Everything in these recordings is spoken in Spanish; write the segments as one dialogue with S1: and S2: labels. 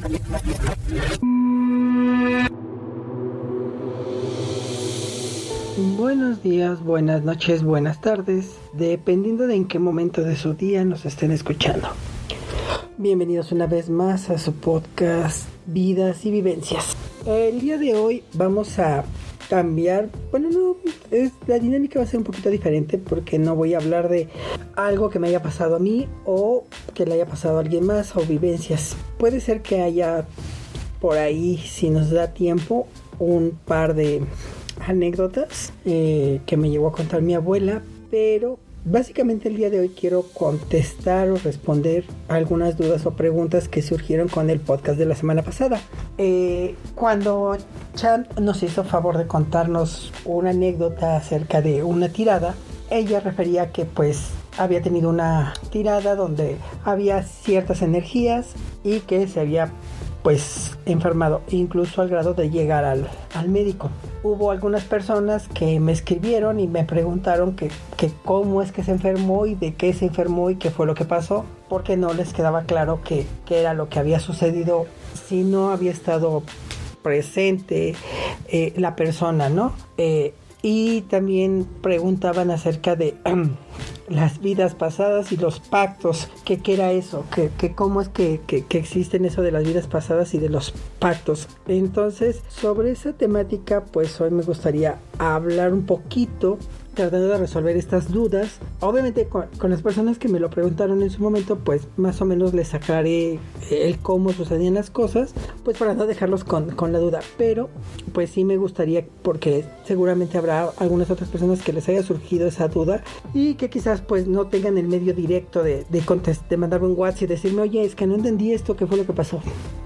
S1: Buenos días, buenas noches, buenas tardes, dependiendo de en qué momento de su día nos estén escuchando. Bienvenidos una vez más a su podcast Vidas y Vivencias. El día de hoy vamos a cambiar, la dinámica va a ser un poquito diferente porque no voy a hablar de algo que me haya pasado a mí o que le haya pasado a alguien más o vivencias. Puede ser que haya por ahí, si nos da tiempo, un par de anécdotas que me llegó a contar mi abuela, pero básicamente el día de hoy quiero contestar o responder algunas dudas o preguntas que surgieron con el podcast de la semana pasada. Cuando Chan nos hizo favor de contarnos una anécdota acerca de una tirada, ella refería que pues había tenido una tirada donde había ciertas energías y que se había pues enfermado, incluso al grado de llegar al médico. Hubo algunas personas que me escribieron y me preguntaron que cómo es que se enfermó y de qué se enfermó y qué fue lo que pasó, porque no les quedaba claro qué era lo que había sucedido si no había estado presente la persona, ¿no? Y también preguntaban acerca de las vidas pasadas y los pactos, que qué era eso, que cómo es que existen eso de las vidas pasadas y de los pactos. Entonces, sobre esa temática, pues hoy me gustaría hablar un poquito, tratando de resolver estas dudas. Obviamente con las personas que me lo preguntaron en su momento, pues más o menos les aclaré el cómo sucedían las cosas, pues para no dejarlos con la duda. Pero pues sí me gustaría, porque seguramente habrá algunas otras personas que les haya surgido esa duda y que quizás pues no tengan el medio directo de mandarme un WhatsApp y decirme, oye, es que no entendí esto, ¿qué fue lo que pasó?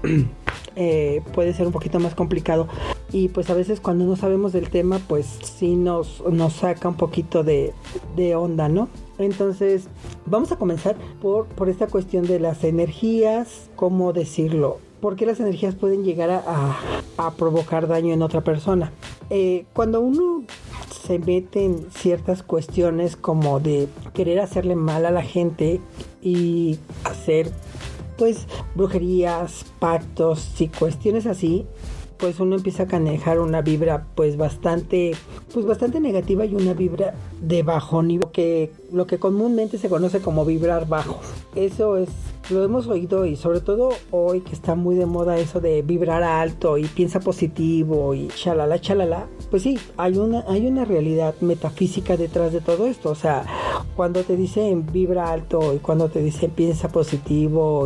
S1: Puede ser un poquito más complicado. Y pues a veces cuando no sabemos del tema, pues sí nos saca un poquito de onda, ¿no? Entonces vamos a comenzar por esta cuestión de las energías, ¿cómo decirlo? ¿Por qué las energías pueden llegar a provocar daño en otra persona? Cuando uno se mete en ciertas cuestiones como de querer hacerle mal a la gente y hacer pues brujerías, pactos y cuestiones así, pues uno empieza a manejar una vibra pues bastante negativa y una vibra de bajo nivel, lo que comúnmente se conoce como vibrar bajo. Eso es, lo hemos oído, y sobre todo hoy que está muy de moda eso de vibrar alto y piensa positivo y chalala. Pues sí, hay una realidad metafísica detrás de todo esto. O sea, cuando te dicen vibra alto y cuando te dicen piensa positivo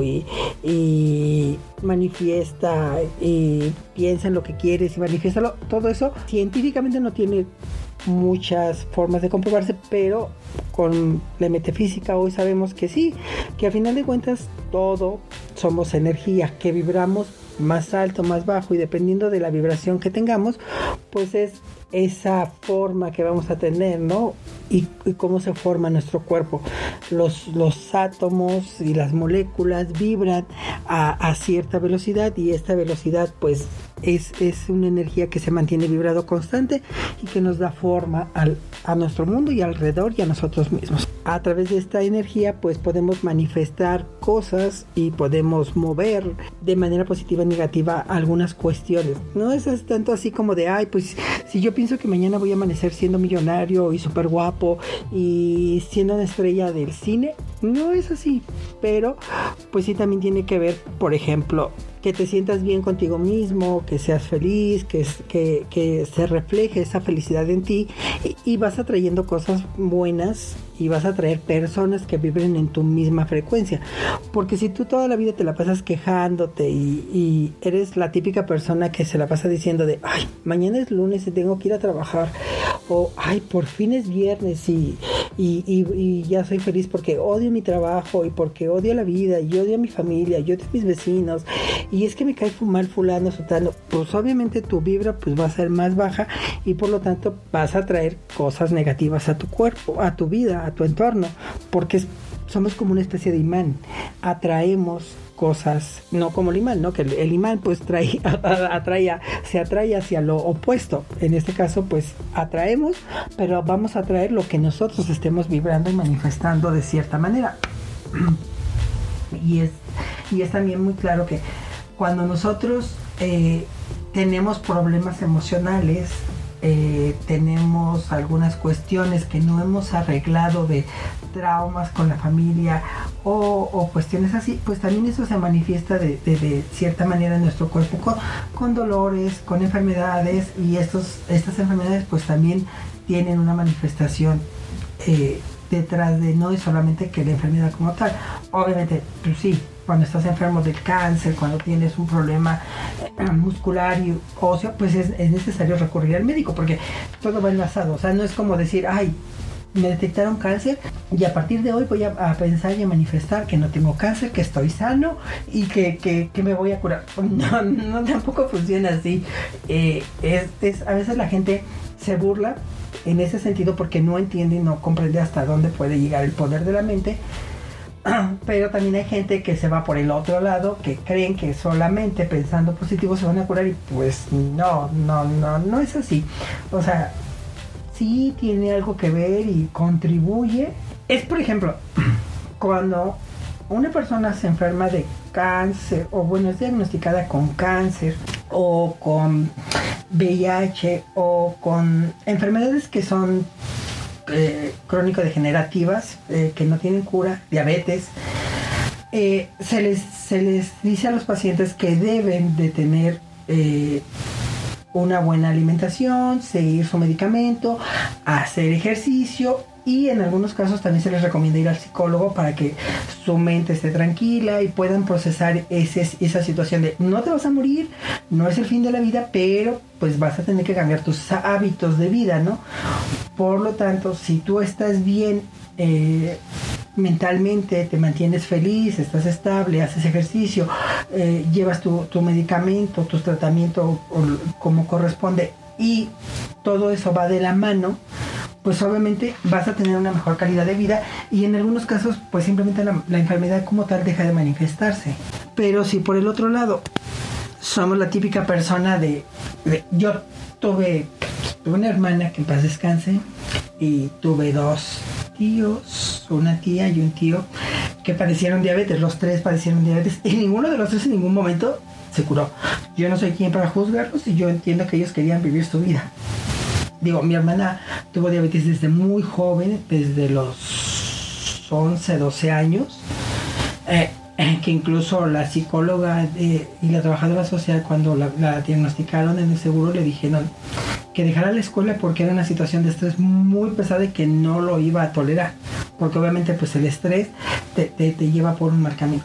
S1: y manifiesta y piensa en lo que quieres y manifiéstalo, todo eso científicamente no tiene muchas formas de comprobarse, pero con la metafísica hoy sabemos que sí, que a final de cuentas todo somos energía, que vibramos más alto, más bajo, y dependiendo de la vibración que tengamos, pues es esa forma que vamos a tener, ¿no? Y cómo se forma nuestro cuerpo. Los átomos y las moléculas vibran a cierta velocidad, y esta velocidad pues es una energía que se mantiene vibrado constante y que nos da forma a nuestro mundo y alrededor y a nosotros mismos. A través de esta energía pues podemos manifestar cosas y podemos mover de manera positiva y negativa algunas cuestiones. No es tanto así como de, ay, pues si yo pienso que mañana voy a amanecer siendo millonario y súper guapo y siendo una estrella del cine, no es así. Pero pues sí también tiene que ver, por ejemplo, que te sientas bien contigo mismo, que seas feliz, que se refleje esa felicidad en ti, y vas atrayendo cosas buenas y vas a atraer personas que vibren en tu misma frecuencia. Porque si tú toda la vida te la pasas quejándote y eres la típica persona que se la pasa diciendo de, ay, mañana es lunes y tengo que ir a trabajar, o ay, por fin es viernes y ya soy feliz porque odio mi trabajo y porque odio la vida y odio a mi familia y odio a mis vecinos, y es que me cae mal fulano, sutano, pues obviamente tu vibra pues va a ser más baja y por lo tanto vas a traer cosas negativas a tu cuerpo, a tu vida, a tu entorno, porque somos como una especie de imán, atraemos cosas, no como el imán, ¿no? Que el imán pues se atrae hacia lo opuesto. En este caso pues atraemos, pero vamos a atraer lo que nosotros estemos vibrando y manifestando de cierta manera. Y es también muy claro que cuando nosotros tenemos problemas emocionales, tenemos algunas cuestiones que no hemos arreglado de traumas con la familia o cuestiones así, pues también eso se manifiesta de cierta manera en nuestro cuerpo con dolores, con enfermedades, y estas enfermedades pues también tienen una manifestación detrás de, no es solamente que la enfermedad como tal. Obviamente, pues sí, cuando estás enfermo del cáncer, cuando tienes un problema muscular y óseo, pues es necesario recurrir al médico, porque todo va enlazado. O sea, no es como decir, ay, me detectaron cáncer y a partir de hoy voy a pensar y a manifestar que no tengo cáncer, que estoy sano y que me voy a curar. No, tampoco funciona así. A veces la gente se burla en ese sentido porque no entiende y no comprende hasta dónde puede llegar el poder de la mente. Pero también hay gente que se va por el otro lado, que creen que solamente pensando positivo se van a curar, y pues no es así. O sea, sí tiene algo que ver y contribuye. Es, por ejemplo, cuando una persona se enferma de cáncer, o bueno, es diagnosticada con cáncer o con VIH o con enfermedades que son crónico-degenerativas, que no tienen cura, diabetes, se les dice a los pacientes que deben de tener una buena alimentación, seguir su medicamento, hacer ejercicio, y en algunos casos también se les recomienda ir al psicólogo para que su mente esté tranquila y puedan procesar esa situación de no te vas a morir, no es el fin de la vida, pero pues vas a tener que cambiar tus hábitos de vida, ¿no? Por lo tanto, si tú estás bien mentalmente, te mantienes feliz, estás estable, haces ejercicio, llevas tu medicamento, tu tratamiento como corresponde, y todo eso va de la mano, pues obviamente vas a tener una mejor calidad de vida, y en algunos casos pues simplemente la enfermedad como tal deja de manifestarse. Pero si por el otro lado somos la típica persona yo tuve una hermana que en paz descanse, y tuve 2 tíos, una tía y un tío que padecieron diabetes. Los 3 padecieron diabetes y ninguno de los 3 en ningún momento se curó. Yo no soy quien para juzgarlos, y yo entiendo que ellos querían vivir su vida. Digo, mi hermana tuvo diabetes desde muy joven, desde los 11, 12 años, que incluso la psicóloga y la trabajadora social, cuando la diagnosticaron en el seguro, le dijeron que dejara la escuela porque era una situación de estrés muy pesada y que no lo iba a tolerar, porque obviamente pues el estrés te lleva por un mal camino.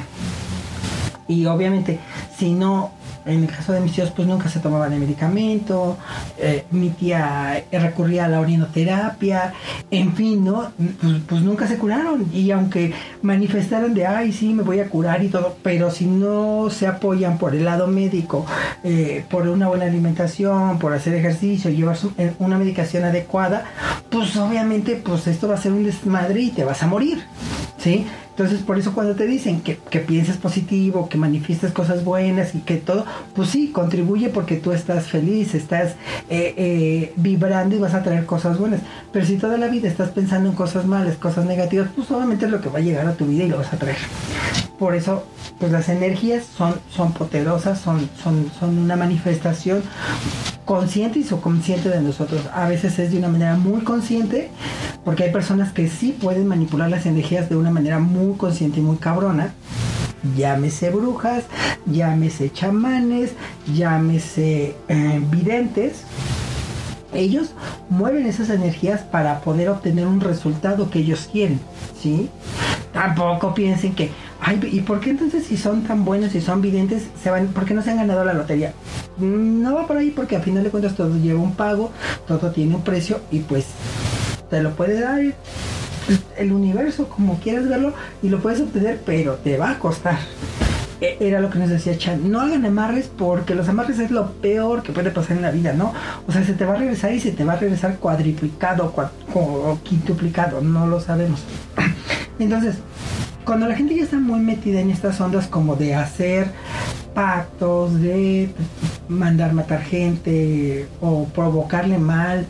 S1: Y obviamente, si no, en el caso de mis tíos, pues nunca se tomaban el medicamento, mi tía recurría a la orinoterapia, en fin, ¿no? Pues nunca se curaron, y aunque manifestaran de, ay, sí, me voy a curar y todo, pero si no se apoyan por el lado médico, por una buena alimentación, por hacer ejercicio, llevar una medicación adecuada, pues obviamente, pues esto va a ser un desmadre y te vas a morir, ¿sí? Entonces, por eso cuando te dicen que pienses positivo, que manifiestes cosas buenas y que todo, pues sí, contribuye porque tú estás feliz, estás vibrando y vas a traer cosas buenas. Pero si toda la vida estás pensando en cosas malas, cosas negativas, pues obviamente es lo que va a llegar a tu vida y lo vas a traer. Por eso, pues las energías son poderosas, son una manifestación consciente y subconsciente de nosotros. A veces es de una manera muy consciente, porque hay personas que sí pueden manipular las energías de una manera muy consciente y muy cabrona. Llámese brujas, llámese chamanes, llámese videntes. Ellos mueven esas energías para poder obtener un resultado que ellos quieren, ¿sí? Tampoco piensen que, ay, ¿y por qué entonces si son tan buenos, si son videntes, por qué no se han ganado la lotería? No va por ahí, porque al final de cuentas todo lleva un pago, todo tiene un precio, y pues te lo puede dar el universo como quieras verlo, y lo puedes obtener, pero te va a costar. Era lo que nos decía Chan, no hagan amarres, porque los amarres es lo peor que puede pasar en la vida, ¿no? O sea, se te va a regresar, y se te va a regresar cuadriplicado o quintuplicado, no lo sabemos. Entonces, cuando la gente ya está muy metida en estas ondas como de hacer pactos, de mandar matar gente o provocarle mal,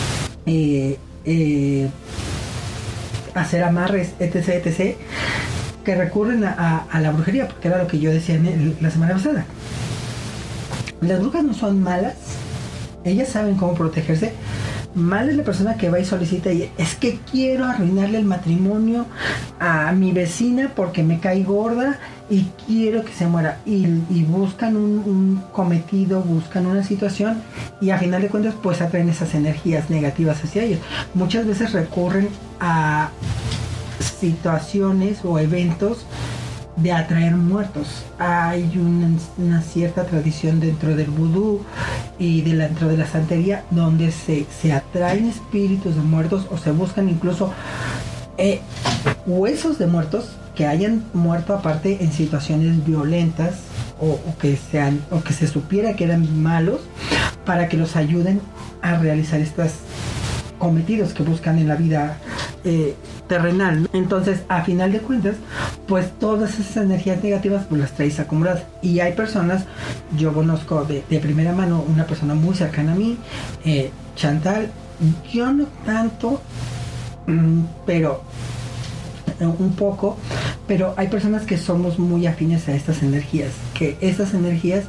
S1: hacer amarres, etc., etc., que recurren a la brujería, porque era lo que yo decía la semana pasada. Las brujas no son malas, ellas saben cómo protegerse. Mal es la persona que va y solicita y es que quiero arruinarle el matrimonio a mi vecina porque me cae gorda y quiero que se muera, y buscan un cometido, buscan una situación, y a final de cuentas pues atraen esas energías negativas hacia ellos. Muchas veces recurren a situaciones o eventos de atraer muertos. Hay una cierta tradición dentro del vudú y dentro de la santería donde se atraen espíritus de muertos, o se buscan incluso huesos de muertos que hayan muerto aparte en situaciones violentas, o que se supiera que eran malos, para que los ayuden a realizar estos cometidos que buscan en la vida terrenal, ¿no? Entonces, a final de cuentas, pues todas esas energías negativas pues las traes acumuladas. Y hay personas, yo conozco de primera mano una persona muy cercana a mí, Chantal, yo no tanto, pero un poco, pero hay personas que somos muy afines a estas energías, que estas energías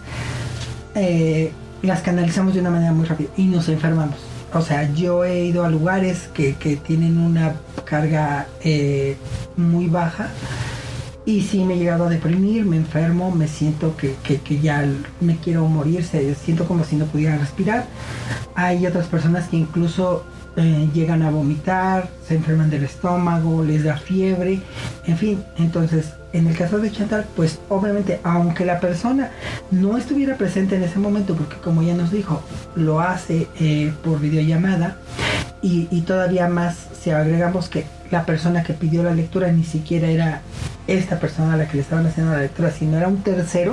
S1: las canalizamos de una manera muy rápida y nos enfermamos. O sea, yo he ido a lugares que tienen una carga muy baja, y sí me he llegado a deprimir, me enfermo, me siento que ya me quiero morir, siento como si no pudiera respirar. Hay otras personas que incluso llegan a vomitar, se enferman del estómago, les da fiebre, en fin. Entonces, en el caso de Chantal, pues obviamente, aunque la persona no estuviera presente en ese momento, porque como ya nos dijo, lo hace por videollamada, y todavía más si agregamos que la persona que pidió la lectura ni siquiera era esta persona a la que le estaban haciendo la lectura, sino era un tercero,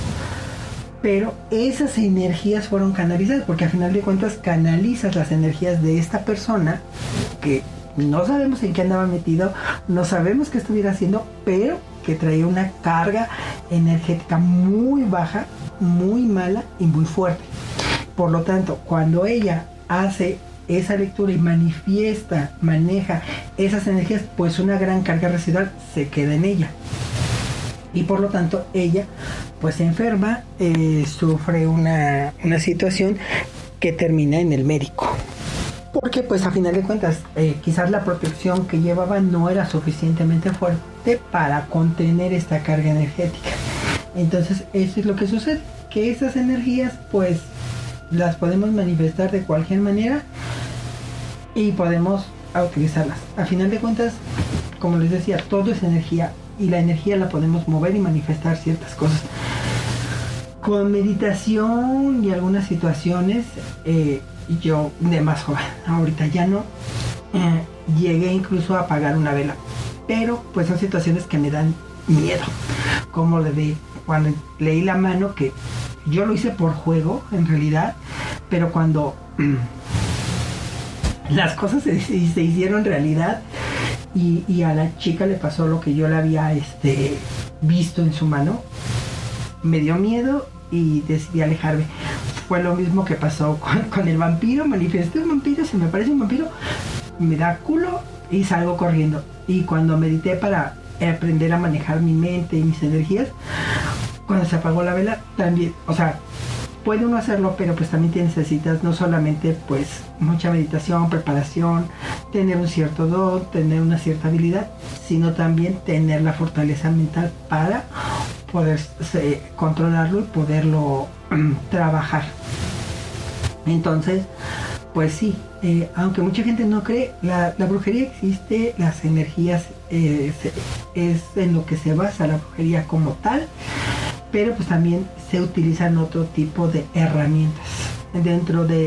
S1: pero esas energías fueron canalizadas, porque al final de cuentas canalizas las energías de esta persona que no sabemos en qué andaba metido, no sabemos qué estuviera haciendo, pero que traía una carga energética muy baja, muy mala y muy fuerte. Por lo tanto, cuando ella hace esa lectura y maneja esas energías, pues una gran carga residual se queda en ella. Y por lo tanto ella pues se enferma, sufre una situación que termina en el médico. Porque pues a final de cuentas quizás la protección que llevaba no era suficientemente fuerte para contener esta carga energética. Entonces eso es lo que sucede, que esas energías pues las podemos manifestar de cualquier manera y podemos utilizarlas. A final de cuentas, como les decía, todo es energía, y la energía la podemos mover y manifestar ciertas cosas. Con meditación y algunas situaciones, yo de más joven, ahorita ya no, llegué incluso a apagar una vela, pero pues son situaciones que me dan miedo, como cuando leí la mano, que yo lo hice por juego en realidad, pero cuando las cosas se hicieron realidad, y a la chica le pasó lo que yo le había visto en su mano, me dio miedo y decidí alejarme. Fue lo mismo que pasó con el vampiro. Manifesté un vampiro, se me aparece un vampiro, me da culo y salgo corriendo. Y cuando medité para aprender a manejar mi mente y mis energías, cuando se apagó la vela, también, o sea, puede uno hacerlo, pero pues también te necesitas no solamente pues mucha meditación, preparación, tener un cierto don, tener una cierta habilidad, sino también tener la fortaleza mental para poder controlarlo y poderlo trabajar. Entonces, pues sí, aunque mucha gente no cree, la brujería existe, las energías es en lo que se basa la brujería como tal, pero pues también se utilizan otro tipo de herramientas dentro de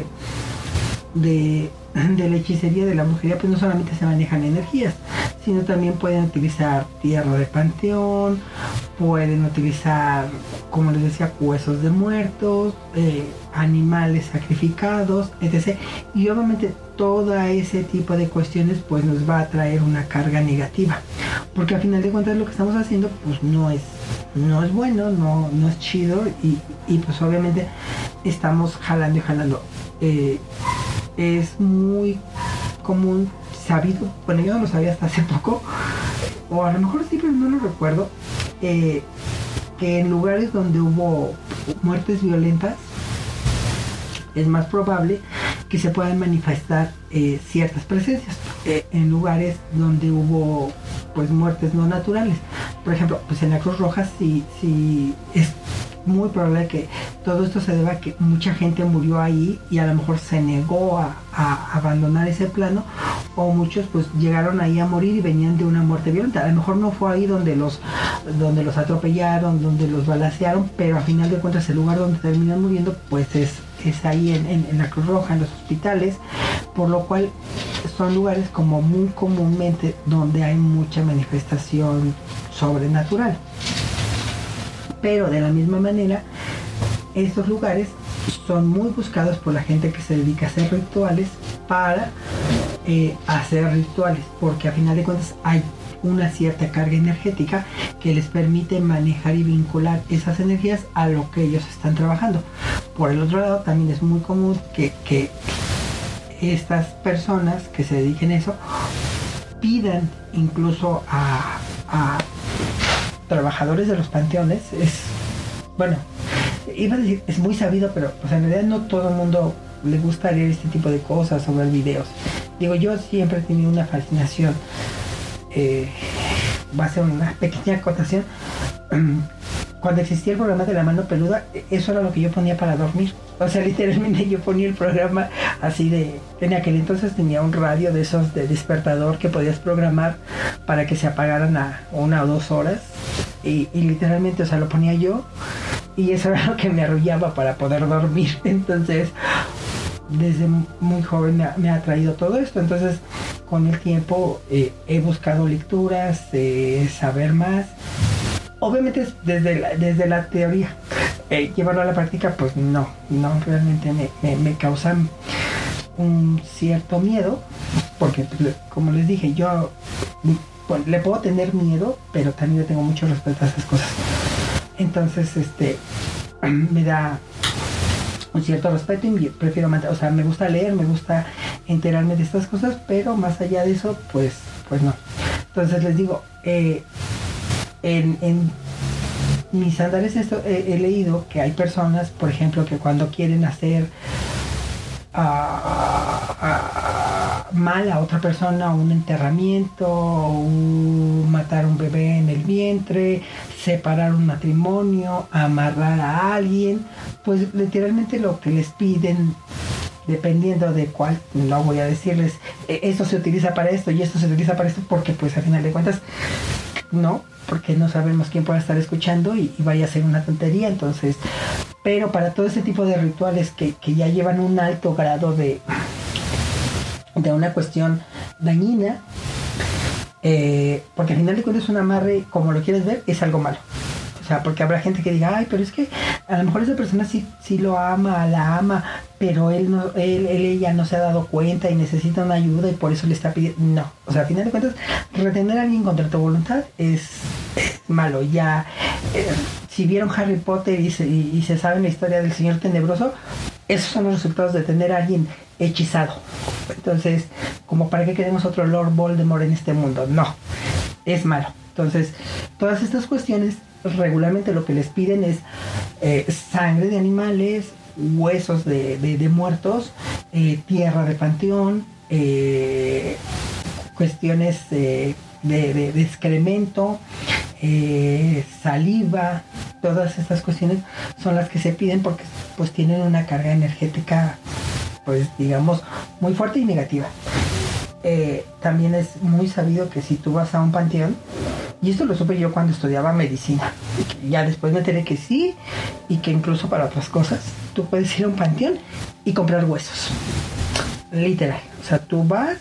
S1: la hechicería, de la brujería. Pues no solamente se manejan energías, sino también pueden utilizar tierra de panteón, pueden utilizar, como les decía, huesos de muertos, animales sacrificados, etc. Y obviamente todo ese tipo de cuestiones pues nos va a traer una carga negativa, porque al final de cuentas lo que estamos haciendo pues no es bueno, no es chido, y pues obviamente estamos jalando y jalando. Es muy común, sabido, bueno, yo no lo sabía hasta hace poco, o a lo mejor sí, pero no lo recuerdo, que en lugares donde hubo muertes violentas es más probable que se puedan manifestar ciertas presencias en lugares donde hubo pues muertes no naturales. Por ejemplo, pues en la Cruz Roja sí es muy probable que todo esto se deba a que mucha gente murió ahí y a lo mejor se negó a abandonar ese plano, o muchos pues llegaron ahí a morir y venían de una muerte violenta. A lo mejor no fue ahí donde los atropellaron, donde los balacearon, pero a final de cuentas el lugar donde terminan muriendo pues es ahí en la Cruz Roja, en los hospitales, por lo cual son lugares como muy comúnmente donde hay mucha manifestación sobrenatural. Pero de la misma manera, estos lugares son muy buscados por la gente que se dedica a hacer rituales para hacer rituales, porque a final de cuentas hay una cierta carga energética que les permite manejar y vincular esas energías a lo que ellos están trabajando. Por el otro lado, también es muy común que estas personas que se dediquen a eso pidan incluso a trabajadores de los panteones. Bueno, iba a decir, es muy sabido, pero pues en realidad no todo el mundo le gusta leer este tipo de cosas o ver videos. Digo, yo siempre he tenido una fascinación. Va a ser una pequeña acotación. Cuando existía el programa de La Mano Peluda, eso era lo que yo ponía para dormir. O sea, literalmente yo ponía el programa así de... En aquel entonces tenía un radio de esos de despertador que podías programar para que se apagaran a 1 o 2 horas. Y literalmente, o sea, lo ponía yo y eso era lo que me arrullaba para poder dormir. Entonces, desde muy joven me ha atraído todo esto. Entonces, con el tiempo he buscado lecturas, saber más. Obviamente desde la teoría, llevarlo a la práctica pues no realmente me causa un cierto miedo, porque como les dije, yo le puedo tener miedo, pero también le tengo mucho respeto a esas cosas. Entonces me da un cierto respeto y prefiero mantener, o sea, me gusta leer, me gusta enterarme de estas cosas, pero más allá de eso pues no. Entonces les digo, en mis andares he leído que hay personas, por ejemplo, que cuando quieren hacer mal a otra persona, un enterramiento, matar a un bebé en el vientre, separar un matrimonio, amarrar a alguien, pues literalmente lo que les piden, dependiendo de cuál, no voy a decirles esto se utiliza para esto y esto se utiliza para esto, porque pues a final de cuentas no, porque no sabemos quién pueda estar escuchando y vaya a ser una tontería. Entonces, pero para todo ese tipo de rituales que ya llevan un alto grado de una cuestión dañina, porque al final de cuentas un amarre, como lo quieres ver, es algo malo. O sea, porque habrá gente que diga, ay, pero es que a lo mejor esa persona sí lo ama, la ama, pero ella no se ha dado cuenta y necesita una ayuda y por eso le está pidiendo. No, o sea, al final de cuentas, retener a alguien contra tu voluntad es malo. Ya, si vieron Harry Potter y se saben la historia del Señor Tenebroso, esos son los resultados de tener a alguien hechizado. Entonces, como para qué queremos otro Lord Voldemort en este mundo, no, es malo. Entonces, todas estas cuestiones regularmente lo que les piden es sangre de animales, huesos de muertos, tierra de panteón, cuestiones de excremento, saliva. Todas estas cuestiones son las que se piden porque pues tienen una carga energética, pues digamos, muy fuerte y negativa. También es muy sabido que si tú vas a un panteón, y esto lo supe yo cuando estudiaba medicina, ya después me enteré que sí, y que incluso para otras cosas, tú puedes ir a un panteón y comprar huesos, literal. O sea, tú vas,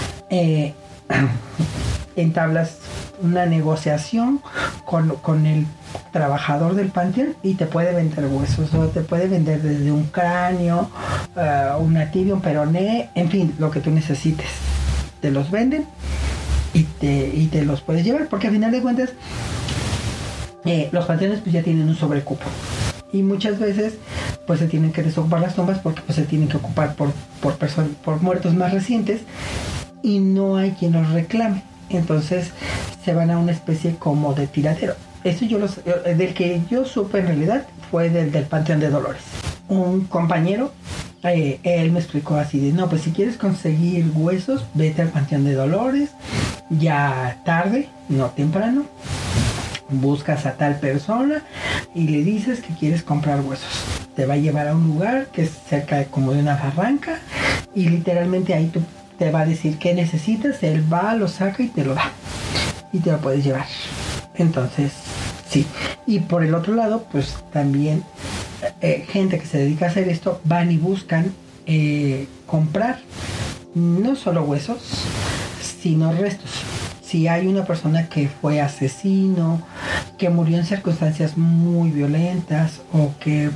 S1: entablas una negociación con el trabajador del panteón y te puede vender huesos, o te puede vender desde un cráneo, una tibia, un peroné, en fin, lo que tú necesites. Te los venden y te los puedes llevar, porque al final de cuentas los panteones pues ya tienen un sobrecupo y muchas veces pues se tienen que desocupar las tumbas porque pues se tienen que ocupar por muertos más recientes y no hay quien los reclame. Entonces se van a una especie como de tiradero. Eso del que yo supe en realidad fue del Panteón de Dolores. Un compañero, él me explicó así de, no, pues si quieres conseguir huesos, vete al Panteón de Dolores, ya tarde, no temprano, buscas a tal persona y le dices que quieres comprar huesos. Te va a llevar a un lugar que es cerca como de una barranca y literalmente ahí te va a decir qué necesitas, él va, lo saca y te lo da y te lo puedes llevar. Entonces, sí. Y por el otro lado, pues también gente que se dedica a hacer esto van y buscan comprar no solo huesos, sino restos. Si hay una persona que fue asesino, que murió en circunstancias muy violentas o que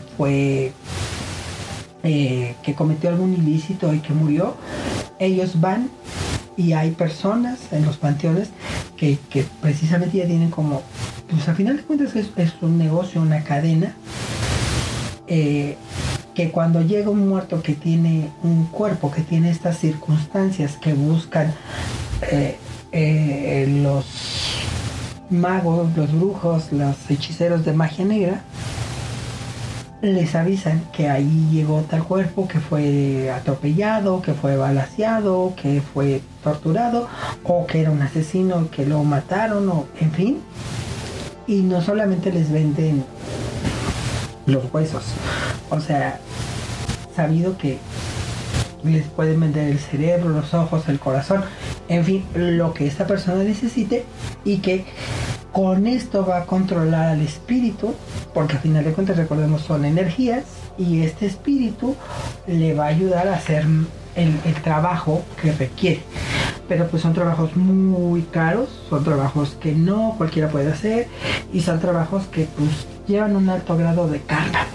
S1: que cometió algún ilícito y que murió, ellos van y hay personas en los panteones que precisamente ya tienen como, pues al final de cuentas es un negocio, una cadena, que cuando llega un muerto que tiene un cuerpo, que tiene estas circunstancias que buscan los magos, los brujos, los hechiceros de magia negra, les avisan que ahí llegó tal cuerpo, que fue atropellado, que fue balaceado, que fue torturado, o que era un asesino que lo mataron, o en fin. Y no solamente les venden los huesos, o sea, sabido que les pueden vender el cerebro, los ojos, el corazón, en fin, lo que esta persona necesite, y que con esto va a controlar al espíritu, porque al final de cuentas, recordemos, son energías, y este espíritu le va a ayudar a hacer el trabajo que requiere. Pero pues son trabajos muy caros, son trabajos que no cualquiera puede hacer, y son trabajos que pues llevan un alto grado de carga.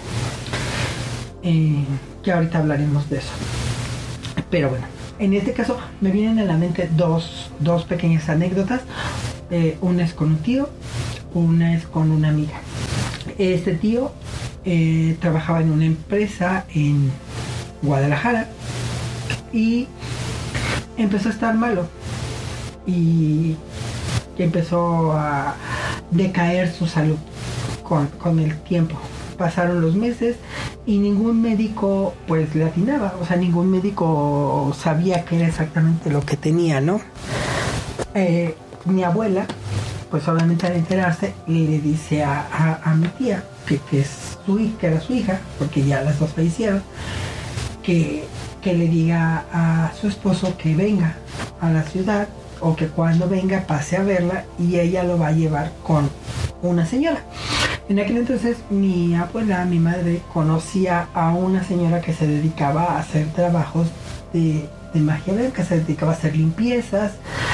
S1: Que ahorita hablaremos de eso. Pero bueno, en este caso me vienen a la mente dos pequeñas anécdotas. Una es con un tío, una es con una amiga. Este tío trabajaba en una empresa en Guadalajara y empezó a estar malo y empezó a decaer su salud con el tiempo. Pasaron los meses y ningún médico pues le atinaba, o sea, ningún médico sabía qué era exactamente lo que tenía, ¿no? Mi abuela, pues obviamente al enterarse, le dice a mi tía, que era su hija, porque ya las dos fallecieron, que le diga a su esposo que venga a la ciudad, o que cuando venga pase a verla y ella lo va a llevar con una señora. En aquel entonces mi abuela, mi madre, conocía a una señora que se dedicaba a hacer trabajos de magia blanca, se dedicaba a hacer limpiezas,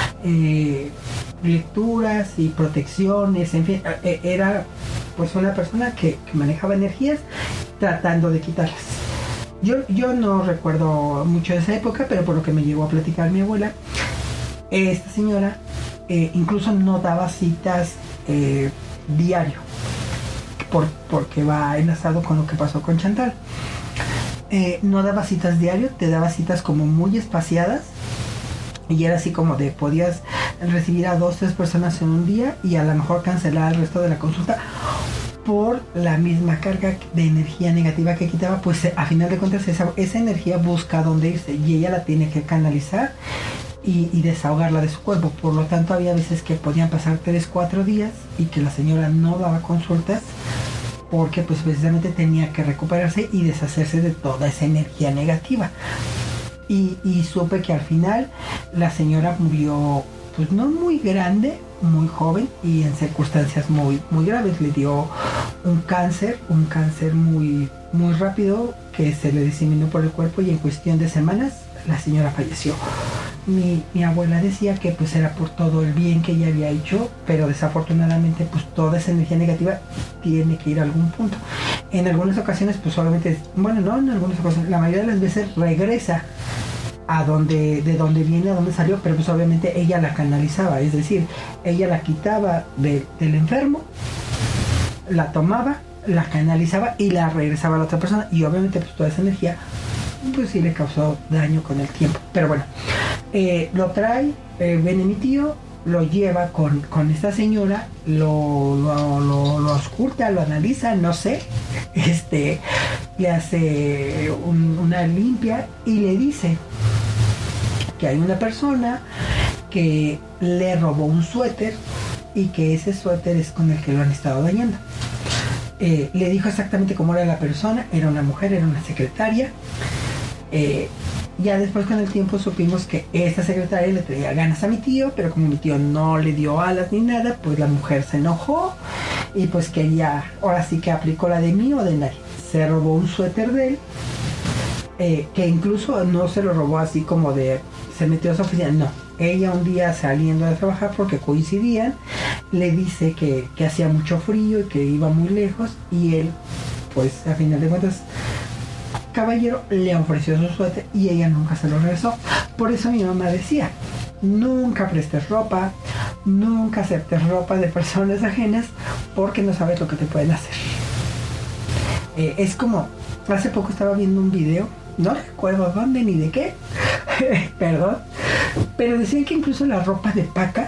S1: lecturas y protecciones, en fin, era pues una persona que manejaba energías tratando de quitarlas. Yo no recuerdo mucho de esa época, pero por lo que me llegó a platicar mi abuela, esta señora incluso no daba citas diario, porque va enlazado con lo que pasó con Chantal. No daba citas diario, te daba citas como muy espaciadas, y era así como de podías recibir a 2-3 personas en un día y a lo mejor cancelar el resto de la consulta por la misma carga de energía negativa que quitaba. Pues a final de cuentas esa energía busca dónde irse y ella la tiene que canalizar y desahogarla de su cuerpo. Por lo tanto, había veces que podían pasar 3-4 días y que la señora no daba consultas, porque pues precisamente tenía que recuperarse y deshacerse de toda esa energía negativa. Y supe que al final la señora murió, pues no muy grande, muy joven y en circunstancias muy, muy graves. Le dio un cáncer muy, muy rápido que se le diseminó por el cuerpo, y en cuestión de semanas la señora falleció. Mi abuela decía que pues era por todo el bien que ella había hecho, pero desafortunadamente pues toda esa energía negativa tiene que ir a algún punto. En algunas ocasiones pues solamente, bueno, no en algunas ocasiones, la mayoría de las veces regresa de donde viene, a donde salió, pero pues obviamente ella la canalizaba, es decir, ella la quitaba del enfermo, la tomaba, la canalizaba y la regresaba a la otra persona, y obviamente pues toda esa energía pues sí le causó daño con el tiempo. Pero bueno, lo trae, viene mi tío, lo lleva con esta señora, lo ausculta, lo analiza, no sé, le hace una limpia y le dice que hay una persona que le robó un suéter y que ese suéter es con el que lo han estado dañando. Le dijo exactamente cómo era la persona, era una mujer, era una secretaria. Ya después con el tiempo supimos que esta secretaria le traía ganas a mi tío, pero como mi tío no le dio alas ni nada, pues la mujer se enojó y pues quería, ahora sí que aplicó la de mí o de nadie. Se robó un suéter de él, que incluso no se lo robó así como de, se metió a su oficina, no. Ella un día saliendo de trabajar porque coincidían, le dice que hacía mucho frío y que iba muy lejos y él, pues a final de cuentas, caballero, le ofreció su suéter y ella nunca se lo regresó. Por eso mi mamá decía, nunca prestes ropa, nunca aceptes ropa de personas ajenas porque no sabes lo que te pueden hacer. Es como, hace poco estaba viendo un video, no recuerdo dónde ni de qué, perdón, pero decían que incluso la ropa de paca,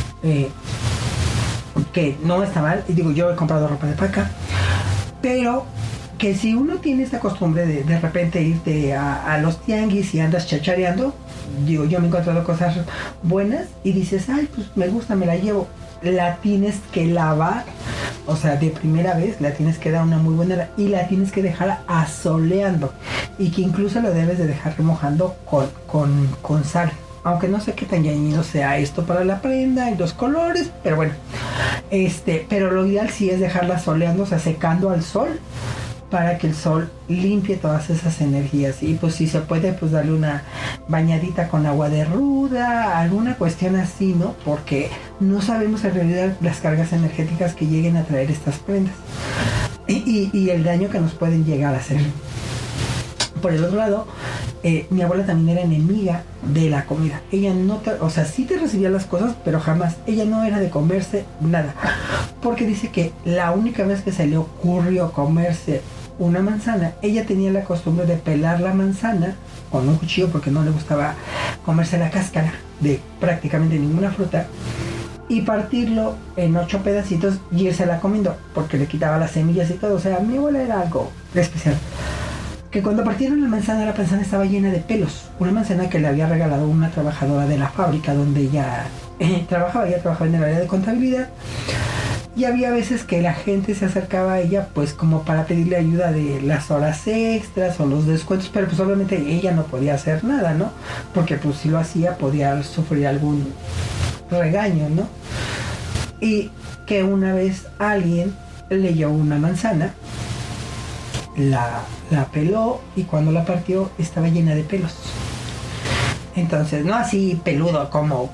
S1: que no está mal, y digo, yo he comprado ropa de paca, pero que si uno tiene esta costumbre de repente irte a los tianguis y andas chachareando, digo, yo me he encontrado cosas buenas y dices, ay, pues me gusta, me la llevo, la tienes que lavar, o sea, de primera vez la tienes que dar una muy buena y la tienes que dejar asoleando y que incluso lo debes de dejar remojando con sal. Aunque no sé qué tan dañino sea esto para la prenda y los colores, pero bueno, pero lo ideal sí es dejarla soleando, o sea, secando al sol, para que el sol limpie todas esas energías. Y pues si se puede, pues darle una bañadita con agua de ruda, alguna cuestión así, ¿no? Porque no sabemos en realidad las cargas energéticas que lleguen a traer estas prendas y el daño que nos pueden llegar a hacer. Por el otro lado, mi abuela también era enemiga de la comida. Ella no o sea, sí te recibía las cosas, pero jamás, ella no era de comerse nada. Porque dice que la única vez que se le ocurrió comerse una manzana, ella tenía la costumbre de pelar la manzana con un cuchillo porque no le gustaba comerse la cáscara de prácticamente ninguna fruta y partirlo en 8 pedacitos y irse la comiendo porque le quitaba las semillas y todo. O sea, mi abuela era algo especial. Que cuando partieron la manzana estaba llena de pelos. Una manzana que le había regalado una trabajadora de la fábrica donde ella trabajaba en el área de contabilidad. Y había veces que la gente se acercaba a ella pues como para pedirle ayuda de las horas extras o los descuentos, pero pues obviamente ella no podía hacer nada, ¿no? Porque pues si lo hacía podía sufrir algún regaño, ¿no? Y que una vez alguien le llevó una manzana, la peló y cuando la partió estaba llena de pelos. Entonces, no así peludo como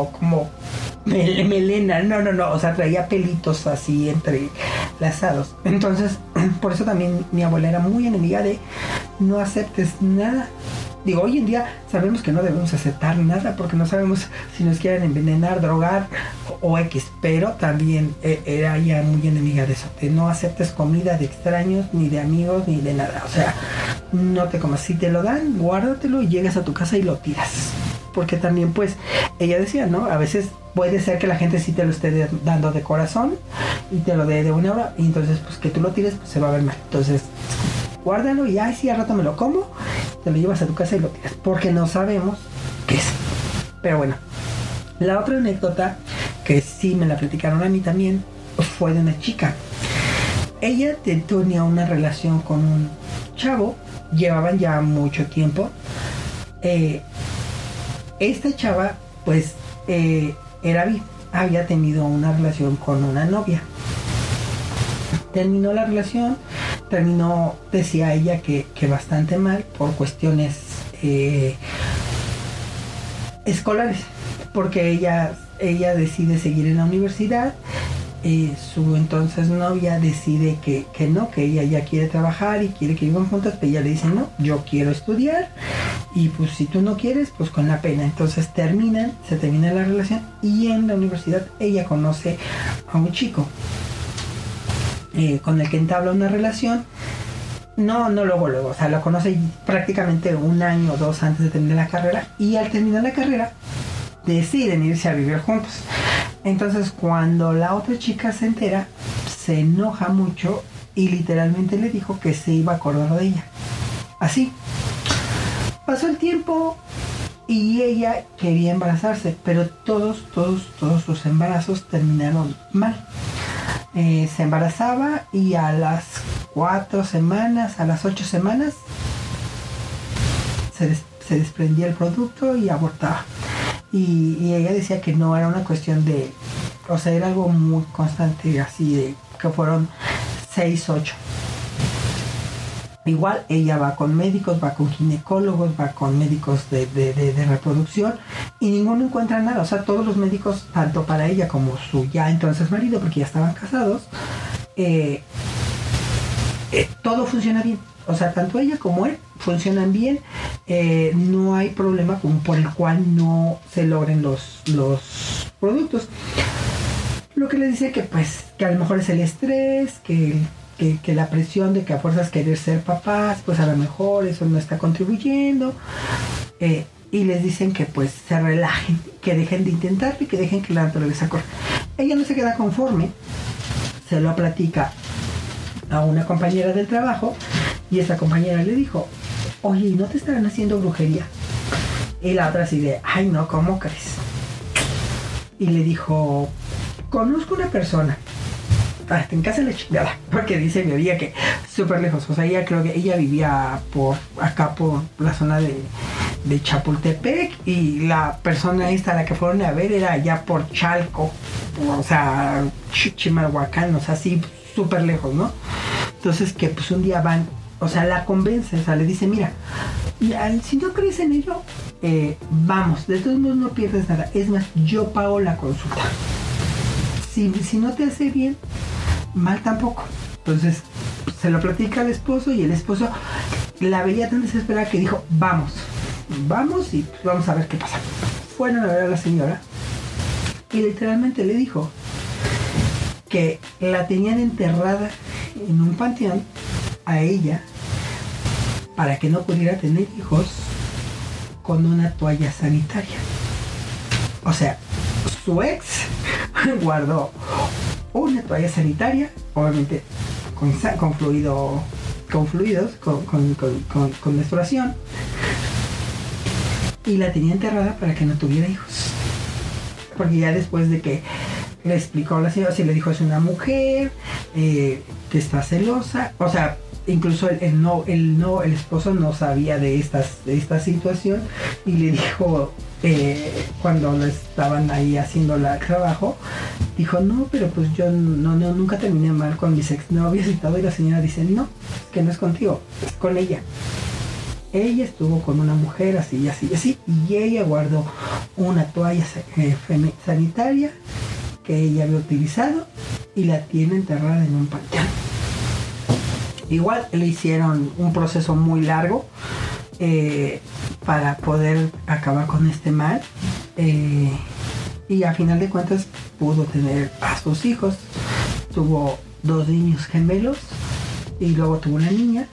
S1: melena, no, o sea, traía pelitos así entrelazados. Entonces, por eso también mi abuela era muy enemiga de no aceptes nada. Digo, hoy en día sabemos que no debemos aceptar nada porque no sabemos si nos quieren envenenar, drogar o X, pero también era ella muy enemiga de eso, de no aceptes comida de extraños, ni de amigos, ni de nada. O sea, no te comas, si te lo dan, guárdatelo y llegas a tu casa y lo tiras. Porque también pues ella decía, ¿no? A veces puede ser que la gente sí te lo esté dando de corazón y te lo dé de una hora y entonces pues que tú lo tires pues se va a ver mal. Entonces guárdalo y ay sí, al rato me lo como, te lo llevas a tu casa y lo tiras porque no sabemos qué es. Pero bueno, la otra anécdota que sí me la platicaron a mí también fue de una chica. Ella tenía una relación con un chavo, llevaban ya mucho tiempo. Esta chava pues había tenido una relación con una novia. Terminó la relación, decía ella que bastante mal por cuestiones escolares, porque ella decide seguir en la universidad. Su entonces novia decide que no, que ella ya quiere trabajar y quiere que vivan juntas, pero ella le dice no, yo quiero estudiar y pues si tú no quieres, pues con la pena. Entonces se termina la relación y en la universidad ella conoce a un chico con el que entabla una relación. No luego, o sea, lo conoce prácticamente 1 año o 2 antes de terminar la carrera y al terminar la carrera deciden irse a vivir juntos. Entonces cuando la otra chica se entera, se enoja mucho y literalmente le dijo que se iba a acordar de ella. Así. Pasó el tiempo y ella quería embarazarse, pero todos sus embarazos terminaron mal. Se embarazaba y a las 4 semanas, a las 8 semanas, se desprendía el producto y abortaba. Y ella decía que no era una cuestión de, o sea, era algo muy constante, así de que fueron 6, 8. Igual ella va con médicos, va con ginecólogos, va con médicos de reproducción y ninguno encuentra nada. O sea, todos los médicos, tanto para ella como su ya entonces marido, porque ya estaban casados, todo funciona bien. O sea, tanto ella como él funcionan bien. No hay problema como por el cual no se logren los productos. Lo que le dice que pues que a lo mejor es el estrés, que la presión de que a fuerzas querer ser papás, pues a lo mejor eso no está contribuyendo. Y les dicen que pues se relajen, que dejen de intentarlo y que dejen que la naturaleza corra. Ella no se queda conforme, se lo platica a una compañera del trabajo y esa compañera le dijo, oye, ¿no te estarán haciendo brujería? Y la otra así de, ay no, ¿cómo crees? Y le dijo, conozco una persona, hasta en casa de la chingada, porque dice mi amiga que súper lejos, o sea, ella creo que ella vivía por acá, por la zona de Chapultepec, y la persona esta a la que fueron a ver era allá por Chalco, o sea, Chimalhuacán, o sea, así súper lejos, ¿no? Entonces que pues un día van, o sea, la convence, o sea, le dice, mira, si no crees en ello, vamos, de todos modos no pierdes nada, es más, yo pago la consulta. Si no te hace bien, mal tampoco. Entonces se lo platica al esposo y el esposo la veía tan desesperada que dijo, vamos y vamos a ver qué pasa. Fueron a ver a la señora y literalmente le dijo que la tenían enterrada en un panteón a ella para que no pudiera tener hijos con una toalla sanitaria. O sea, su ex guardó una toalla sanitaria, obviamente con fluidos, con menstruación, y la tenía enterrada para que no tuviera hijos. Porque ya después de que le explicó a la señora, si le dijo es una mujer que está celosa, o sea, incluso el esposo no sabía de esta situación y le dijo, cuando lo estaban ahí haciendo el trabajo, dijo, no, pero pues yo nunca terminé mal con mis exnovios y todo, y la señora dice, no, es que no es contigo, es con ella. Ella estuvo con una mujer así y así y así, y ella guardó una toalla sanitaria que ella había utilizado y la tiene enterrada en un panteón. Igual le hicieron un proceso muy largo para poder acabar con este mal, y a final de cuentas pudo tener a sus hijos. Tuvo 2 niños gemelos y luego tuvo una niña,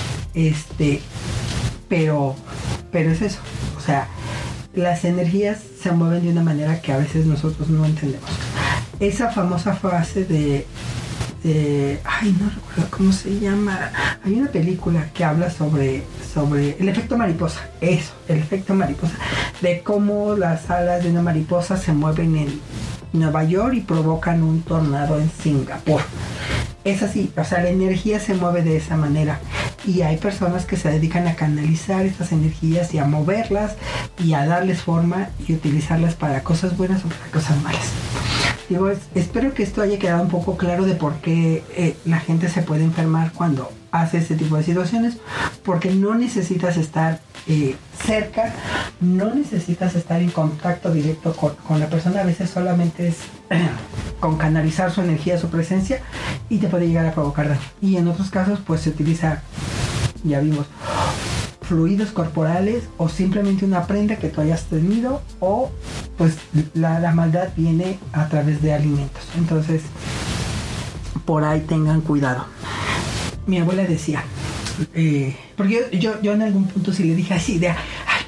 S1: pero es eso, o sea, las energías se mueven de una manera que a veces nosotros no entendemos. Esa famosa frase de ay, no recuerdo cómo se llama, hay una película que habla sobre el efecto mariposa, eso, el efecto mariposa, de cómo las alas de una mariposa se mueven en Nueva York y provocan un tornado en Singapur. Es así, o sea, la energía se mueve de esa manera y hay personas que se dedican a canalizar estas energías y a moverlas y a darles forma y utilizarlas para cosas buenas o para cosas malas. Digo, espero que esto haya quedado un poco claro de por qué la gente se puede enfermar cuando hace este tipo de situaciones, porque no necesitas estar cerca, no necesitas estar en contacto directo con la persona, a veces solamente es con canalizar su energía, su presencia, y te puede llegar a provocar daño. Y en otros casos pues se utiliza, ya vimos, fluidos corporales o simplemente una prenda que tú hayas tenido, o pues la maldad viene a través de alimentos. Entonces por ahí tengan cuidado. Mi abuela decía, porque yo en algún punto sí le dije así de, ay,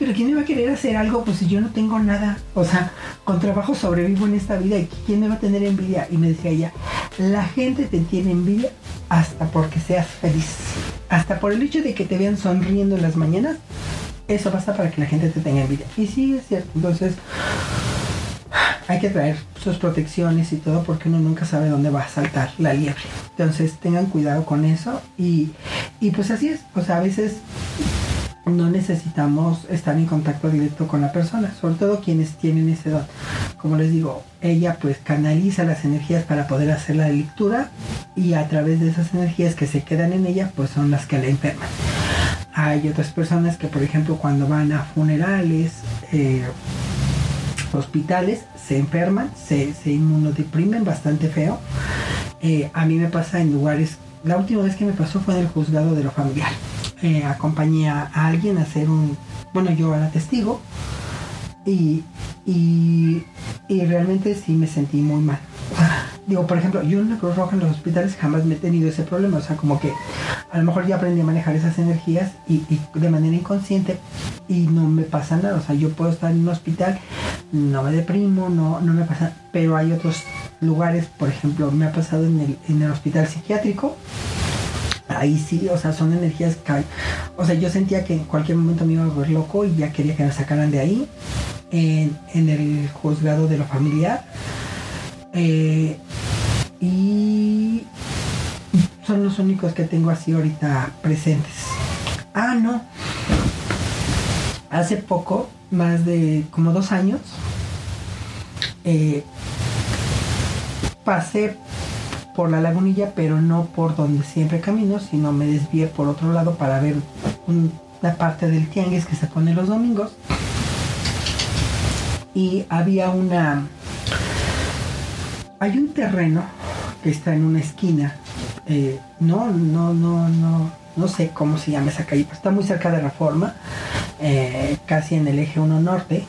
S1: pero ¿quién me va a querer hacer algo? Pues si yo no tengo nada. O sea, con trabajo sobrevivo en esta vida y ¿quién me va a tener envidia? Y me decía ella, la gente te tiene envidia hasta porque seas feliz. Hasta por el hecho de que te vean sonriendo en las mañanas, eso basta para que la gente te tenga envidia. Y sí, es cierto. Entonces, hay que traer sus protecciones y todo porque uno nunca sabe dónde va a saltar la liebre. Entonces tengan cuidado con eso y pues así es. O sea, a veces no necesitamos estar en contacto directo con la persona, sobre todo quienes tienen ese don. Como les digo, ella pues canaliza las energías para poder hacer la lectura y a través de esas energías que se quedan en ella pues son las que la enferman. Hay otras personas que, por ejemplo, cuando van a funerales, hospitales, se enferman, se inmunodeprimen bastante feo. A mí me pasa en lugares, la última vez que me pasó fue en el juzgado de lo familiar. Acompañé a alguien a hacer yo era testigo y realmente sí me sentí muy mal. O sea, digo, por ejemplo, yo en la Cruz Roja en los hospitales jamás me he tenido ese problema. O sea, como que a lo mejor ya aprendí a manejar esas energías y de manera inconsciente y no me pasa nada. O sea, yo puedo estar en un hospital, no me deprimo, no me pasa. Pero hay otros lugares, por ejemplo, me ha pasado en el hospital psiquiátrico. Ahí sí, o sea, son energías que... O sea, yo sentía que en cualquier momento me iba a volver loco y ya quería que me sacaran de ahí. En el juzgado de lo familiar. Y son los únicos que tengo así ahorita presentes. Ah, no. Hace poco, más de como 2 años, pasé por la Lagunilla, pero no por donde siempre camino, sino me desvié por otro lado para ver una parte del tianguis que se pone los domingos. Y había hay un terreno que está en una esquina. No sé cómo se llama esa calle, pero está muy cerca de Reforma, casi en el eje 1 norte.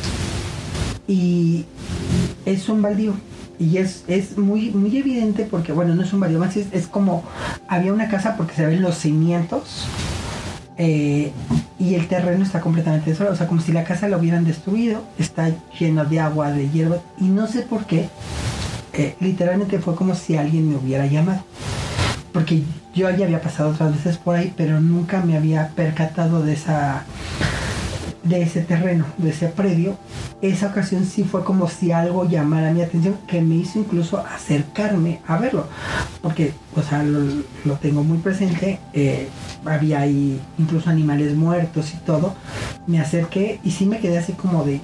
S1: Y es un baldío. Y es muy, muy evidente porque, bueno, no es un baldío más, es como había una casa porque se ven los cimientos. Y el terreno está completamente desolado, o sea, como si la casa la hubieran destruido, está lleno de agua, de hierba, y no sé por qué, literalmente fue como si alguien me hubiera llamado, porque yo ya había pasado otras veces por ahí, pero nunca me había percatado de ese terreno, de ese predio. Esa ocasión sí fue como si algo llamara mi atención, que me hizo incluso acercarme a verlo, porque, o sea, lo tengo muy presente. Había ahí incluso animales muertos y todo. Me acerqué y sí me quedé así como de...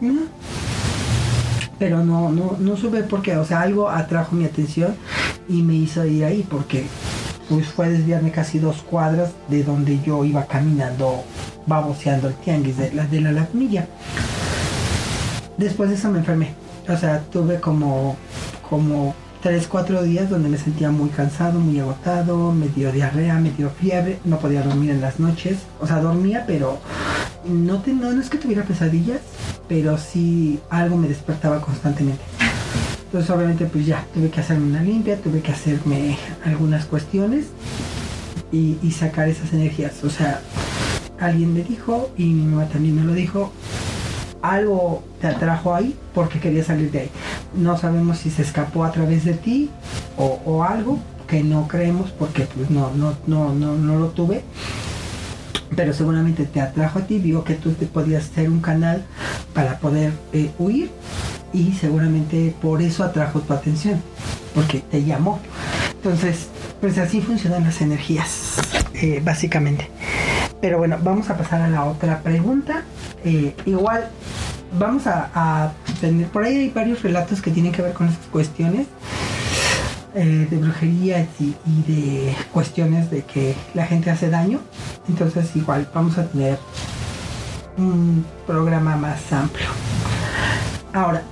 S1: Pero no supe por qué. O sea, algo atrajo mi atención y me hizo ir ahí, porque pues fue desviarme casi 2 cuadras de donde yo iba caminando, baboseando el tianguis de la Lagunilla. Después de eso me enfermé. O sea, tuve como 3-4 días donde me sentía muy cansado, muy agotado, me dio diarrea, me dio fiebre, no podía dormir en las noches. O sea, dormía, pero no es que tuviera pesadillas, pero sí algo me despertaba constantemente. Entonces obviamente pues ya tuve que hacerme una limpia, tuve que hacerme algunas cuestiones y sacar esas energías. O sea, alguien me dijo, y mi mamá también me lo dijo, algo te atrajo ahí porque quería salir de ahí. No sabemos si se escapó a través de ti o algo que no creemos porque pues no lo tuve, pero seguramente te atrajo a ti, vio que tú te podías ser un canal para poder huir, y seguramente por eso atrajo tu atención, porque te llamó. Entonces pues así funcionan las energías, básicamente. Pero bueno, vamos a pasar a la otra pregunta. Igual vamos a tener, por ahí hay varios relatos que tienen que ver con estas cuestiones de brujería y de cuestiones de que la gente hace daño. Entonces igual vamos a tener un programa más amplio. Ahora,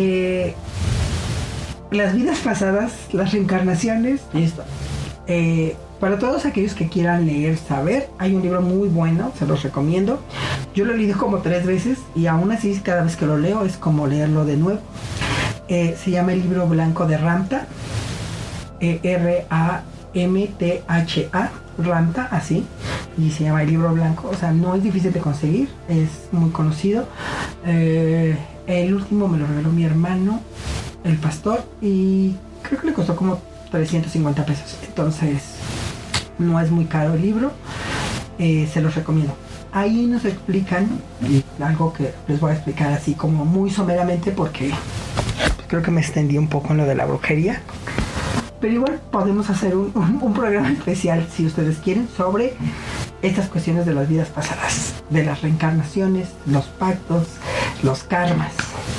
S1: las vidas pasadas, las reencarnaciones, esto. Para todos aquellos que quieran leer, saber, hay un libro muy bueno, se los recomiendo. Yo lo he leído como 3 veces y aún así cada vez que lo leo es como leerlo de nuevo. Se llama El Libro Blanco de Ramtha, Ramtha, Ramtha, así. y se llama El Libro Blanco. O sea, no es difícil de conseguir, es muy conocido. El último me lo regaló mi hermano, el pastor, y creo que le costó como 350 pesos. Entonces, no es muy caro el libro. Se los recomiendo. Ahí nos explican algo que les voy a explicar así como muy someramente, porque creo que me extendí un poco en lo de la brujería. Pero igual podemos hacer un programa especial, si ustedes quieren, sobre estas cuestiones de las vidas pasadas, de las reencarnaciones, los pactos, los karmas.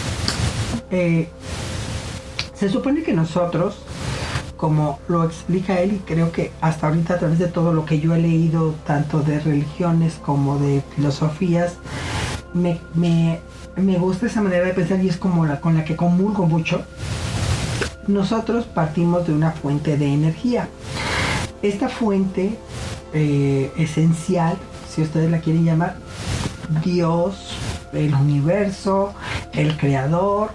S1: Se supone que nosotros, como lo explica él, y creo que hasta ahorita a través de todo lo que yo he leído, tanto de religiones como de filosofías, me gusta esa manera de pensar, y es como con la que comulgo mucho. Nosotros partimos de una fuente de energía. Esta fuente esencial, si ustedes la quieren llamar, Dios, el universo, el creador,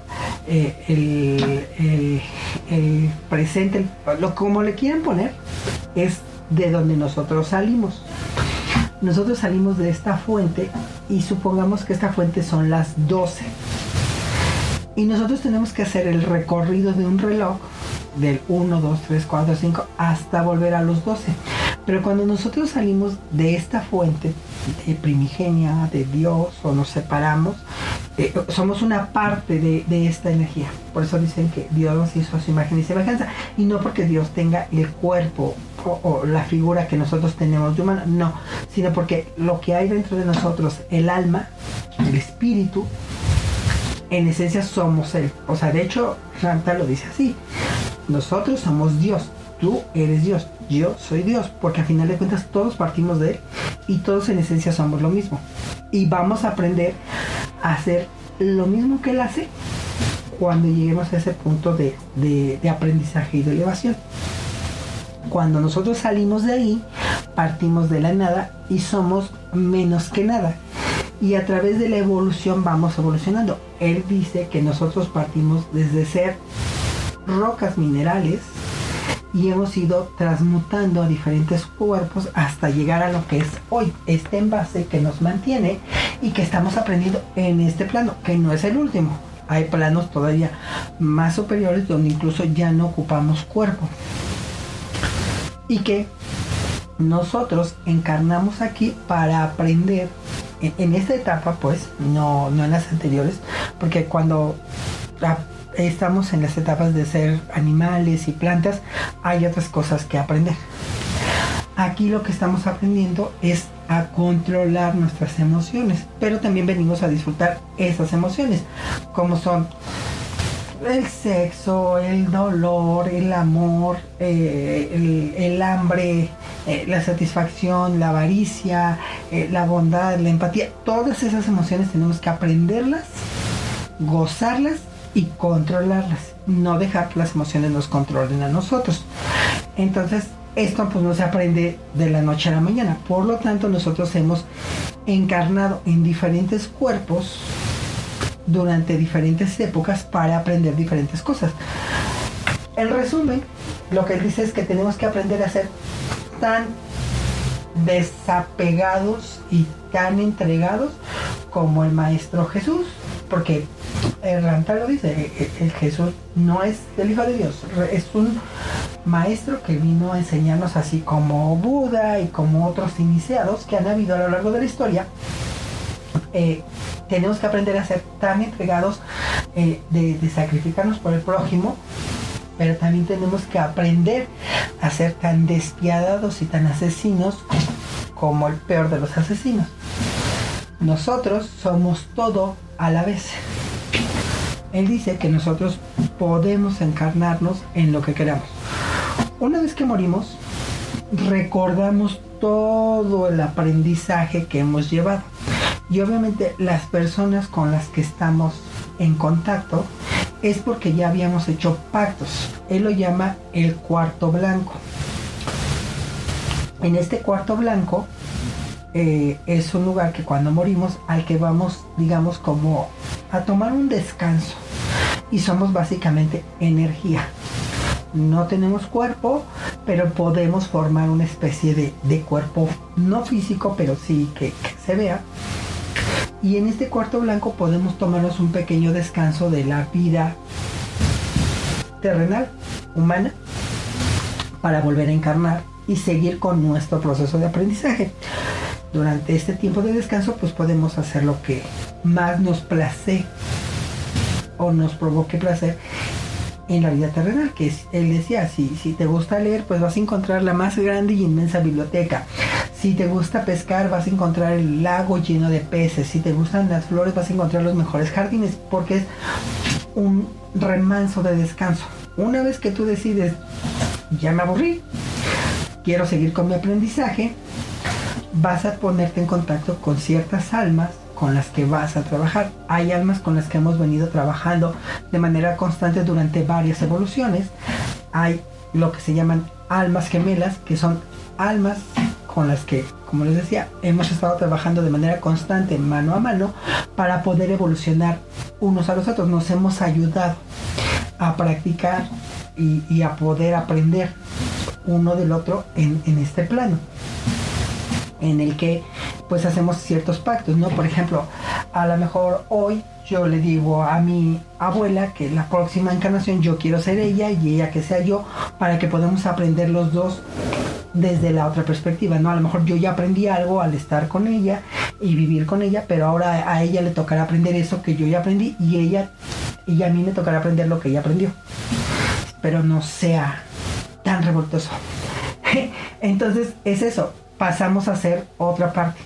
S1: el presente, como le quieran poner, es de donde nosotros salimos. Nosotros salimos de esta fuente, y supongamos que esta fuente son las 12. Y nosotros tenemos que hacer el recorrido de un reloj del 1, 2, 3, 4, 5 hasta volver a los 12. Pero cuando nosotros salimos de esta fuente primigenia de Dios, o nos separamos, somos una parte de esta energía. Por eso dicen que Dios nos hizo a su imagen y semejanza, y no porque Dios tenga el cuerpo o la figura que nosotros tenemos de humano, no, sino porque lo que hay dentro de nosotros, el alma, el espíritu, en esencia somos Él. O sea, de hecho, Santa lo dice así: nosotros somos Dios, tú eres Dios, yo soy Dios, porque al final de cuentas todos partimos de Él, y todos en esencia somos lo mismo, y vamos a aprender a hacer lo mismo que Él hace cuando lleguemos a ese punto de aprendizaje y de elevación. Cuando nosotros salimos de ahí, partimos de la nada y somos menos que nada, y a través de la evolución vamos evolucionando. Él dice que nosotros partimos desde ser rocas minerales y hemos ido transmutando a diferentes cuerpos hasta llegar a lo que es hoy, este envase que nos mantiene y que estamos aprendiendo en este plano, que no es el último. Hay planos todavía más superiores donde incluso ya no ocupamos cuerpo, y que nosotros encarnamos aquí para aprender en esta etapa, pues no en las anteriores, porque cuando estamos en las etapas de ser animales y plantas, hay otras cosas que aprender. Aquí lo que estamos aprendiendo es a controlar nuestras emociones, pero también venimos a disfrutar esas emociones, como son el sexo, el dolor, el amor, el hambre, la satisfacción, la avaricia, la bondad, la empatía. Todas esas emociones tenemos que aprenderlas, gozarlas y controlarlas, no dejar que las emociones nos controlen a nosotros. Entonces, esto pues no se aprende de la noche a la mañana. Por lo tanto, nosotros hemos encarnado en diferentes cuerpos durante diferentes épocas para aprender diferentes cosas. En resumen, lo que él dice es que tenemos que aprender a ser tan desapegados y tan entregados como el Maestro Jesús, porque el Ranta lo dice, el Jesús no es el Hijo de Dios, es un maestro que vino a enseñarnos, así como Buda y como otros iniciados que han habido a lo largo de la historia. Tenemos que aprender a ser tan entregados, de sacrificarnos por el prójimo, pero también tenemos que aprender a ser tan despiadados y tan asesinos como el peor de los asesinos. Nosotros somos todo a la vez. Él dice que nosotros podemos encarnarnos en lo que queramos. Una vez que morimos, recordamos todo el aprendizaje que hemos llevado. Y obviamente las personas con las que estamos en contacto es porque ya habíamos hecho pactos. Él lo llama el cuarto blanco. En este cuarto blanco es un lugar que cuando morimos, al que vamos, digamos, como a tomar un descanso, y somos básicamente energía. No tenemos cuerpo, pero podemos formar una especie de cuerpo no físico, pero sí que se vea. Y en este cuarto blanco podemos tomarnos un pequeño descanso de la vida terrenal, humana, para volver a encarnar y seguir con nuestro proceso de aprendizaje. Durante este tiempo de descanso, pues podemos hacer lo que más nos place o nos provoque placer en la vida terrenal, que él decía, si te gusta leer, pues vas a encontrar la más grande y inmensa biblioteca. Si te gusta pescar, vas a encontrar el lago lleno de peces. Si te gustan las flores, vas a encontrar los mejores jardines, porque es un remanso de descanso. Una vez que tú decides, ya me aburrí, quiero seguir con mi aprendizaje, vas a ponerte en contacto con ciertas almas con las que vas a trabajar. Hay almas con las que hemos venido trabajando de manera constante durante varias evoluciones. Hay lo que se llaman almas gemelas, que son almas con las que, como les decía, hemos estado trabajando de manera constante, mano a mano, para poder evolucionar unos a los otros. Nos hemos ayudado a practicar y a poder aprender uno del otro en este plano, en el que pues hacemos ciertos pactos, ¿no? Por ejemplo, a lo mejor hoy yo le digo a mi abuela que la próxima encarnación yo quiero ser ella y ella que sea yo, para que podamos aprender los dos desde la otra perspectiva, ¿no? A lo mejor yo ya aprendí algo al estar con ella y vivir con ella, pero ahora a ella le tocará aprender eso que yo ya aprendí y a mí me tocará aprender lo que ella aprendió. Pero no sea tan revoltoso. Entonces es eso, pasamos a hacer otra parte.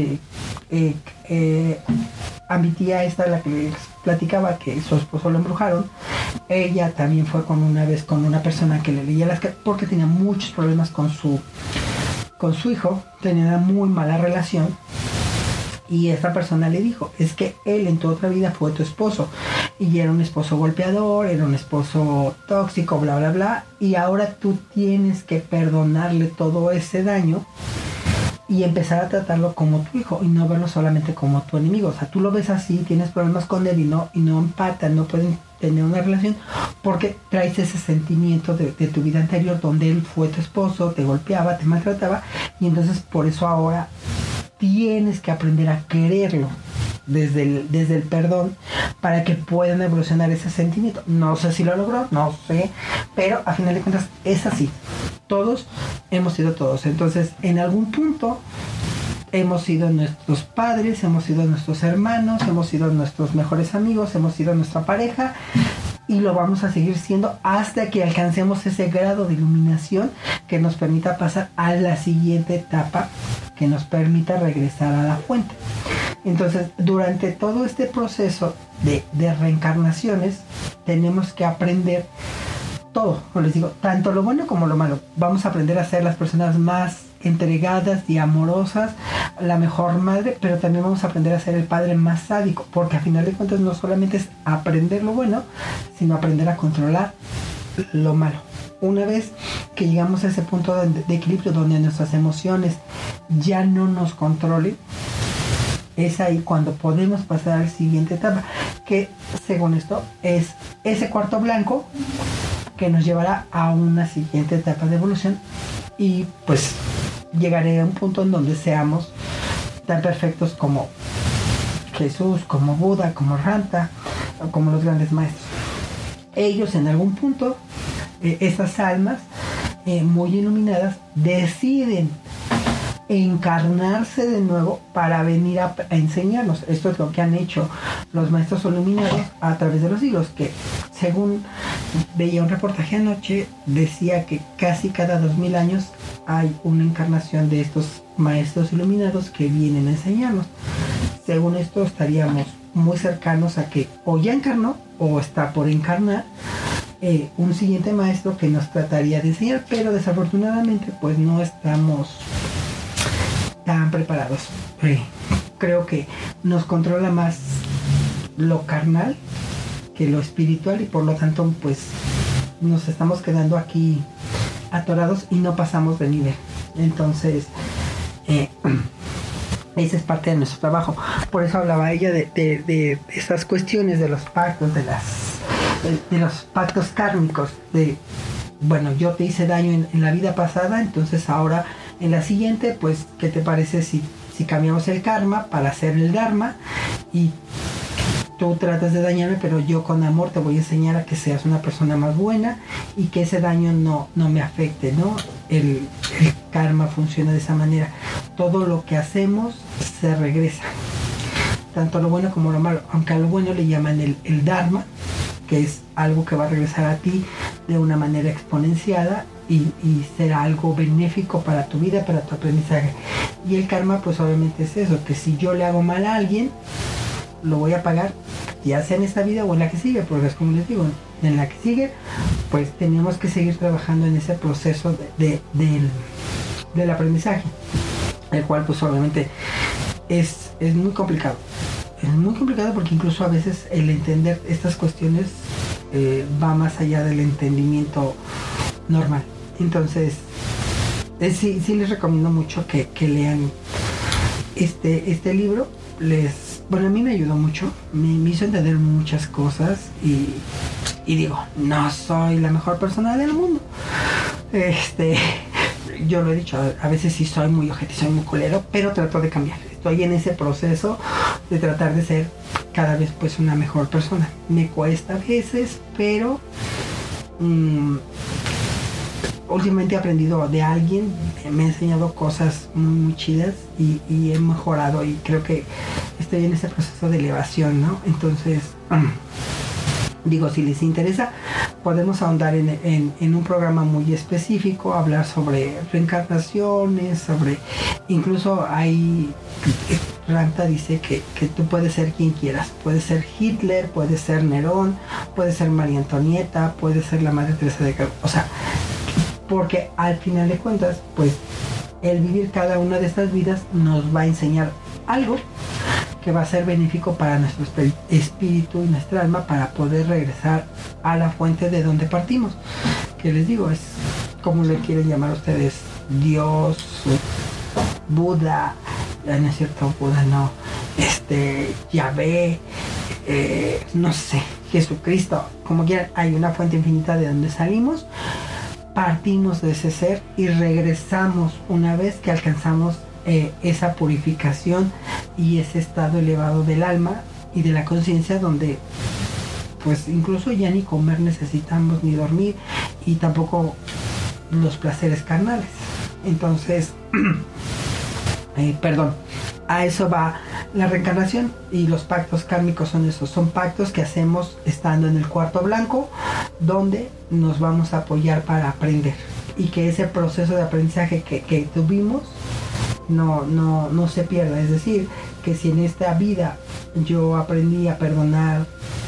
S1: A mi tía esta, la que les platicaba que su esposo lo embrujaron, ella también fue una vez con una persona que le leía las cartas porque tenía muchos problemas con su hijo, tenía una muy mala relación. Y esta persona le dijo, es que él en tu otra vida fue tu esposo. Y era un esposo golpeador, era un esposo tóxico, bla, bla, bla. Y ahora tú tienes que perdonarle todo ese daño y empezar a tratarlo como tu hijo y no verlo solamente como tu enemigo. O sea, tú lo ves así, tienes problemas con él y no empatan, no pueden tener una relación porque traes ese sentimiento de tu vida anterior donde él fue tu esposo, te golpeaba, te maltrataba. Y entonces por eso ahora tienes que aprender a quererlo desde el perdón para que puedan evolucionar ese sentimiento. No sé si lo logró, no sé, pero a final de cuentas es así. Todos hemos sido todos. Entonces, en algún punto hemos sido nuestros padres, hemos sido nuestros hermanos, hemos sido nuestros mejores amigos, hemos sido nuestra pareja y lo vamos a seguir siendo hasta que alcancemos ese grado de iluminación que nos permita pasar a la siguiente etapa, que nos permita regresar a la fuente. Entonces, durante todo este proceso de reencarnaciones, tenemos que aprender todo, como les digo, tanto lo bueno como lo malo. Vamos a aprender a ser las personas más entregadas y amorosas, la mejor madre, pero también vamos a aprender a ser el padre más sádico, porque a final de cuentas no solamente es aprender lo bueno, sino aprender a controlar lo malo. Una vez que llegamos a ese punto de equilibrio donde nuestras emociones ya no nos controlen, es ahí cuando podemos pasar a la siguiente etapa, que según esto es ese cuarto blanco que nos llevará a una siguiente etapa de evolución y pues llegaré a un punto en donde seamos tan perfectos como Jesús, como Buda, como Ranta, o como los grandes maestros. Ellos en algún punto, estas almas muy iluminadas, deciden encarnarse de nuevo para venir a enseñarnos. Esto es lo que han hecho los maestros iluminados a través de los siglos, que según veía un reportaje anoche, decía que casi cada 2000 años hay una encarnación de estos maestros iluminados que vienen a enseñarnos. Según esto estaríamos muy cercanos a que o ya encarnó o está por encarnar un siguiente maestro que nos trataría de enseñar, pero desafortunadamente pues no estamos tan preparados. Creo que nos controla más lo carnal que lo espiritual y por lo tanto pues nos estamos quedando aquí atorados y no pasamos de nivel. Entonces esa es parte de nuestro trabajo. Por eso hablaba ella de esas cuestiones de los pactos, de los pactos kármicos, de bueno, yo te hice daño en la vida pasada, entonces ahora en la siguiente, pues, ¿qué te parece si cambiamos el karma para hacer el dharma? Y tú tratas de dañarme, pero yo con amor te voy a enseñar a que seas una persona más buena y que ese daño no me afecte, ¿no? El karma funciona de esa manera. Todo lo que hacemos se regresa, tanto lo bueno como lo malo, aunque a lo bueno le llaman el dharma, que es algo que va a regresar a ti de una manera exponenciada y será algo benéfico para tu vida, para tu aprendizaje. Y el karma, pues obviamente es eso, que si yo le hago mal a alguien, lo voy a pagar, ya sea en esta vida o en la que sigue, porque es como les digo, en la que sigue, pues tenemos que seguir trabajando en ese proceso del aprendizaje, el cual pues obviamente es muy complicado. Es muy complicado porque incluso a veces el entender estas cuestiones va más allá del entendimiento normal. Entonces, sí les recomiendo mucho que lean este libro. Bueno, a mí me ayudó mucho, me hizo entender muchas cosas y digo, no soy la mejor persona del mundo. Yo lo he dicho, a veces sí soy muy ojete, soy muy culero, pero trato de cambiar. Estoy en ese proceso de tratar de ser cada vez pues una mejor persona. Me cuesta a veces, pero últimamente he aprendido de alguien, me ha enseñado cosas muy chidas y he mejorado y creo que estoy en ese proceso de elevación, ¿no? Entonces, digo, si les interesa, podemos ahondar en un programa muy específico, hablar sobre reencarnaciones, sobre, incluso hay, Ramta dice que tú puedes ser quien quieras, puedes ser Hitler, puedes ser Nerón, puedes ser María Antonieta, puedes ser la Madre Teresa de Calcuta, o sea, porque al final de cuentas, pues el vivir cada una de estas vidas nos va a enseñar algo que va a ser benéfico para nuestro espíritu y nuestra alma para poder regresar a la fuente de donde partimos. Que les digo, es como le quieren llamar ustedes, Dios, Buda, no es cierto, Buda no, Yahvé, no sé, Jesucristo, como quieran, hay una fuente infinita de donde salimos, partimos de ese ser y regresamos una vez que alcanzamos esa purificación y ese estado elevado del alma y de la conciencia, donde pues incluso ya ni comer necesitamos, ni dormir, y tampoco los placeres carnales. Entonces a eso va la reencarnación, y los pactos kármicos son esos, son pactos que hacemos estando en el cuarto blanco, donde nos vamos a apoyar para aprender, y que ese proceso de aprendizaje que tuvimos no se pierda. Es decir, que si en esta vida yo aprendí a perdonar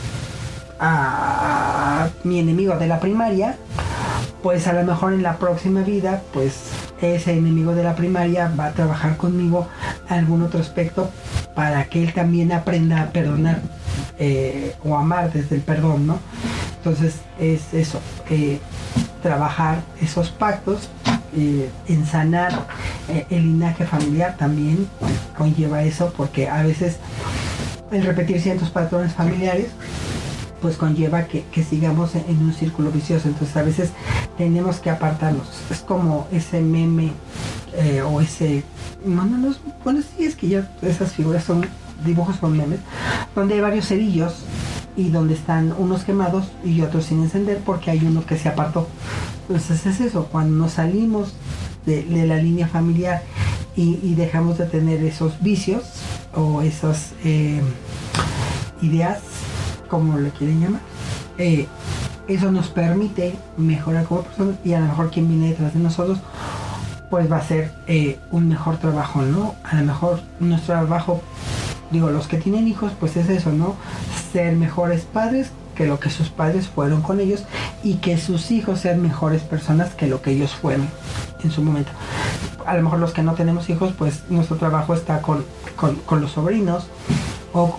S1: a mi enemigo de la primaria, pues a lo mejor en la próxima vida, pues ese enemigo de la primaria va a trabajar conmigo algún otro aspecto para que él también aprenda a perdonar o amar desde el perdón, ¿no? Entonces es eso, trabajar esos pactos, en sanar el linaje familiar también conlleva eso, porque a veces el repetir ciertos patrones familiares pues conlleva que sigamos en un círculo vicioso. Entonces a veces tenemos que apartarnos. Es como ese meme o ese... Bueno, sí, es que ya esas figuras son dibujos con memes, donde hay varios cerillos y donde están unos quemados y otros sin encender porque hay uno que se apartó. Entonces es eso, cuando nos salimos de la línea familiar y dejamos de tener esos vicios o esas ideas, como le quieren llamar, eso nos permite mejorar como personas, y a lo mejor quien viene detrás de nosotros pues va a ser un mejor trabajo, ¿no? A lo mejor nuestro trabajo, digo, los que tienen hijos, pues es eso, ¿no? Ser mejores padres que lo que sus padres fueron con ellos, y que sus hijos sean mejores personas que lo que ellos fueron en su momento. A lo mejor los que no tenemos hijos, pues nuestro trabajo está con los sobrinos o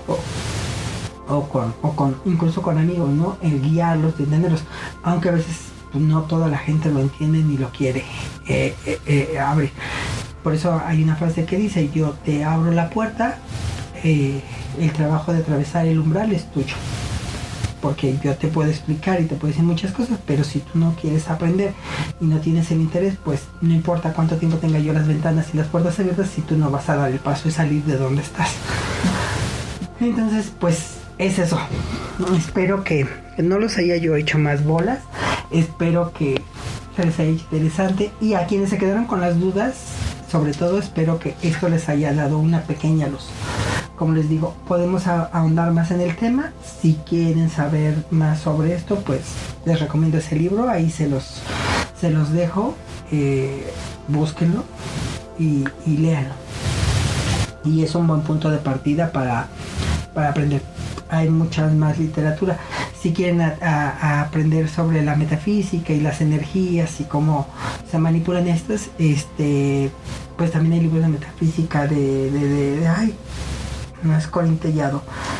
S1: incluso con amigos, ¿no? El guiarlos, de entenderlos, aunque a veces pues, no toda la gente lo entiende ni lo quiere abrir. Por eso hay una frase que dice: yo te abro la puerta, el trabajo de atravesar el umbral es tuyo. porque yo te puedo explicar y te puedo decir muchas cosas, pero si tú no quieres aprender y no tienes el interés, pues no importa cuánto tiempo tenga yo las ventanas y las puertas abiertas, si tú no vas a dar el paso y salir de donde estás. Entonces, pues es eso. Espero que no los haya yo hecho más bolas. Espero que se les haya hecho interesante. Y a quienes se quedaron con las dudas, sobre todo espero que esto les haya dado una pequeña luz. Como les digo, podemos ahondar más en el tema. Si quieren saber más sobre esto, pues les recomiendo ese libro. Ahí se los dejo. Búsquenlo y léanlo. Y es un buen punto de partida para aprender. Hay mucha más literatura. Si quieren aprender sobre la metafísica y las energías y cómo se manipulan estas, pues también hay libros de metafísica ay, no es Corín Tellado,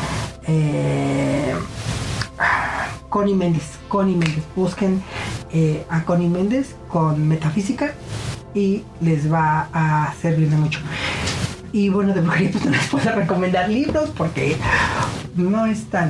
S1: Connie Méndez. Busquen a Connie Méndez con metafísica y les va a servir de mucho. Y bueno, de brujería pues no les puedo recomendar libros porque no es tan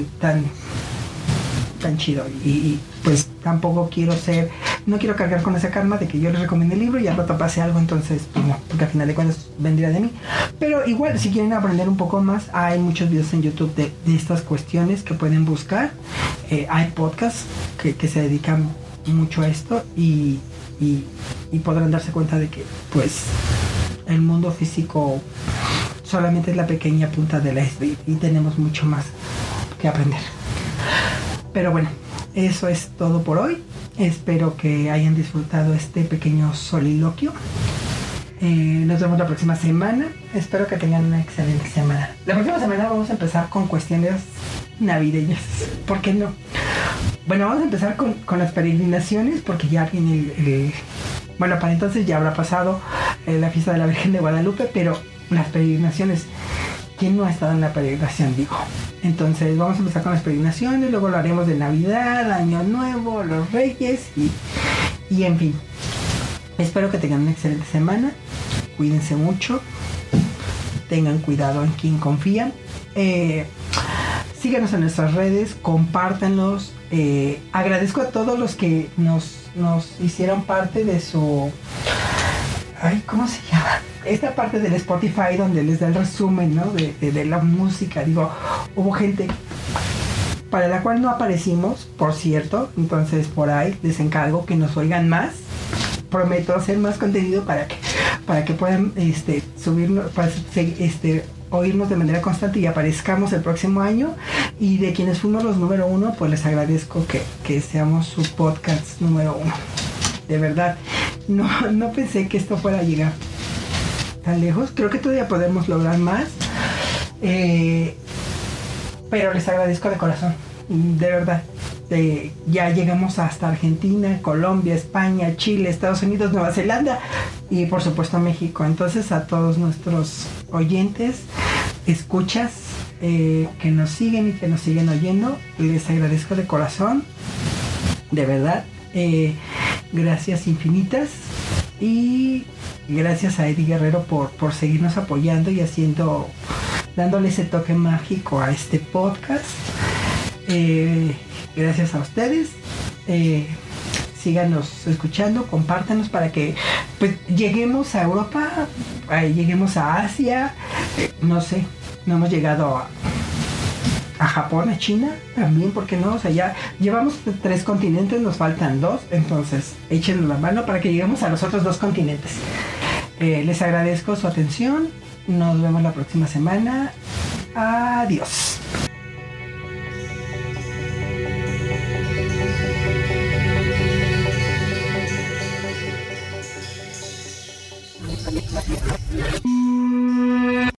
S1: chido. Y pues tampoco no quiero cargar con esa karma de que yo les recomiende el libro y al rato pase algo, entonces pues no, porque al final de cuentas vendría de mí. Pero igual, si quieren aprender un poco más, hay muchos videos en YouTube de estas cuestiones que pueden buscar. Hay podcasts que se dedican mucho a esto y podrán darse cuenta de que pues el mundo físico solamente es la pequeña punta del iceberg y tenemos mucho más que aprender. Pero bueno, eso es todo por hoy. Espero que hayan disfrutado este pequeño soliloquio. Nos vemos la próxima semana. Espero que tengan una excelente semana. La próxima semana vamos a empezar con cuestiones navideñas. ¿Por qué no? Bueno, vamos a empezar con las peregrinaciones porque ya viene bueno, para entonces ya habrá pasado la fiesta de la Virgen de Guadalupe, pero las peregrinaciones, ¿quién no ha estado en la peregrinación? Digo. Entonces vamos a empezar con las peregrinaciones, luego lo haremos de Navidad, Año Nuevo, los Reyes y en fin. Espero que tengan una excelente semana. Cuídense mucho. Tengan cuidado en quien confían. Síganos en nuestras redes, compártanlos. Agradezco a todos los que nos hicieron parte de su... Ay, ¿cómo se llama? Esta parte del Spotify donde les da el resumen, ¿no? de la música. Digo, hubo gente para la cual no aparecimos, por cierto. Entonces por ahí les encargo que nos oigan más. Prometo hacer más contenido para que puedan subirnos, oírnos de manera constante y aparezcamos el próximo año. Y de quienes fuimos los número 1, pues les agradezco que seamos su podcast número 1. De verdad, no pensé que esto fuera a llegar tan lejos. Creo que todavía podemos lograr más. Pero les agradezco de corazón. De verdad. Ya llegamos hasta Argentina, Colombia, España, Chile, Estados Unidos, Nueva Zelanda y por supuesto México. Entonces a todos nuestros oyentes, escuchas que nos siguen y que nos siguen oyendo, les agradezco de corazón, de verdad. Gracias infinitas y gracias a Eddie Guerrero por seguirnos apoyando y dándole ese toque mágico a este podcast. Gracias a ustedes. Síganos escuchando, compártanos para que pues lleguemos a Europa, lleguemos a Asia, no sé, no hemos llegado a Japón, a China, también, ¿por qué no? O sea, ya llevamos 3 continentes, nos faltan 2, entonces échenos la mano para que lleguemos a los otros 2 continentes. Les agradezco su atención, nos vemos la próxima semana. Adiós.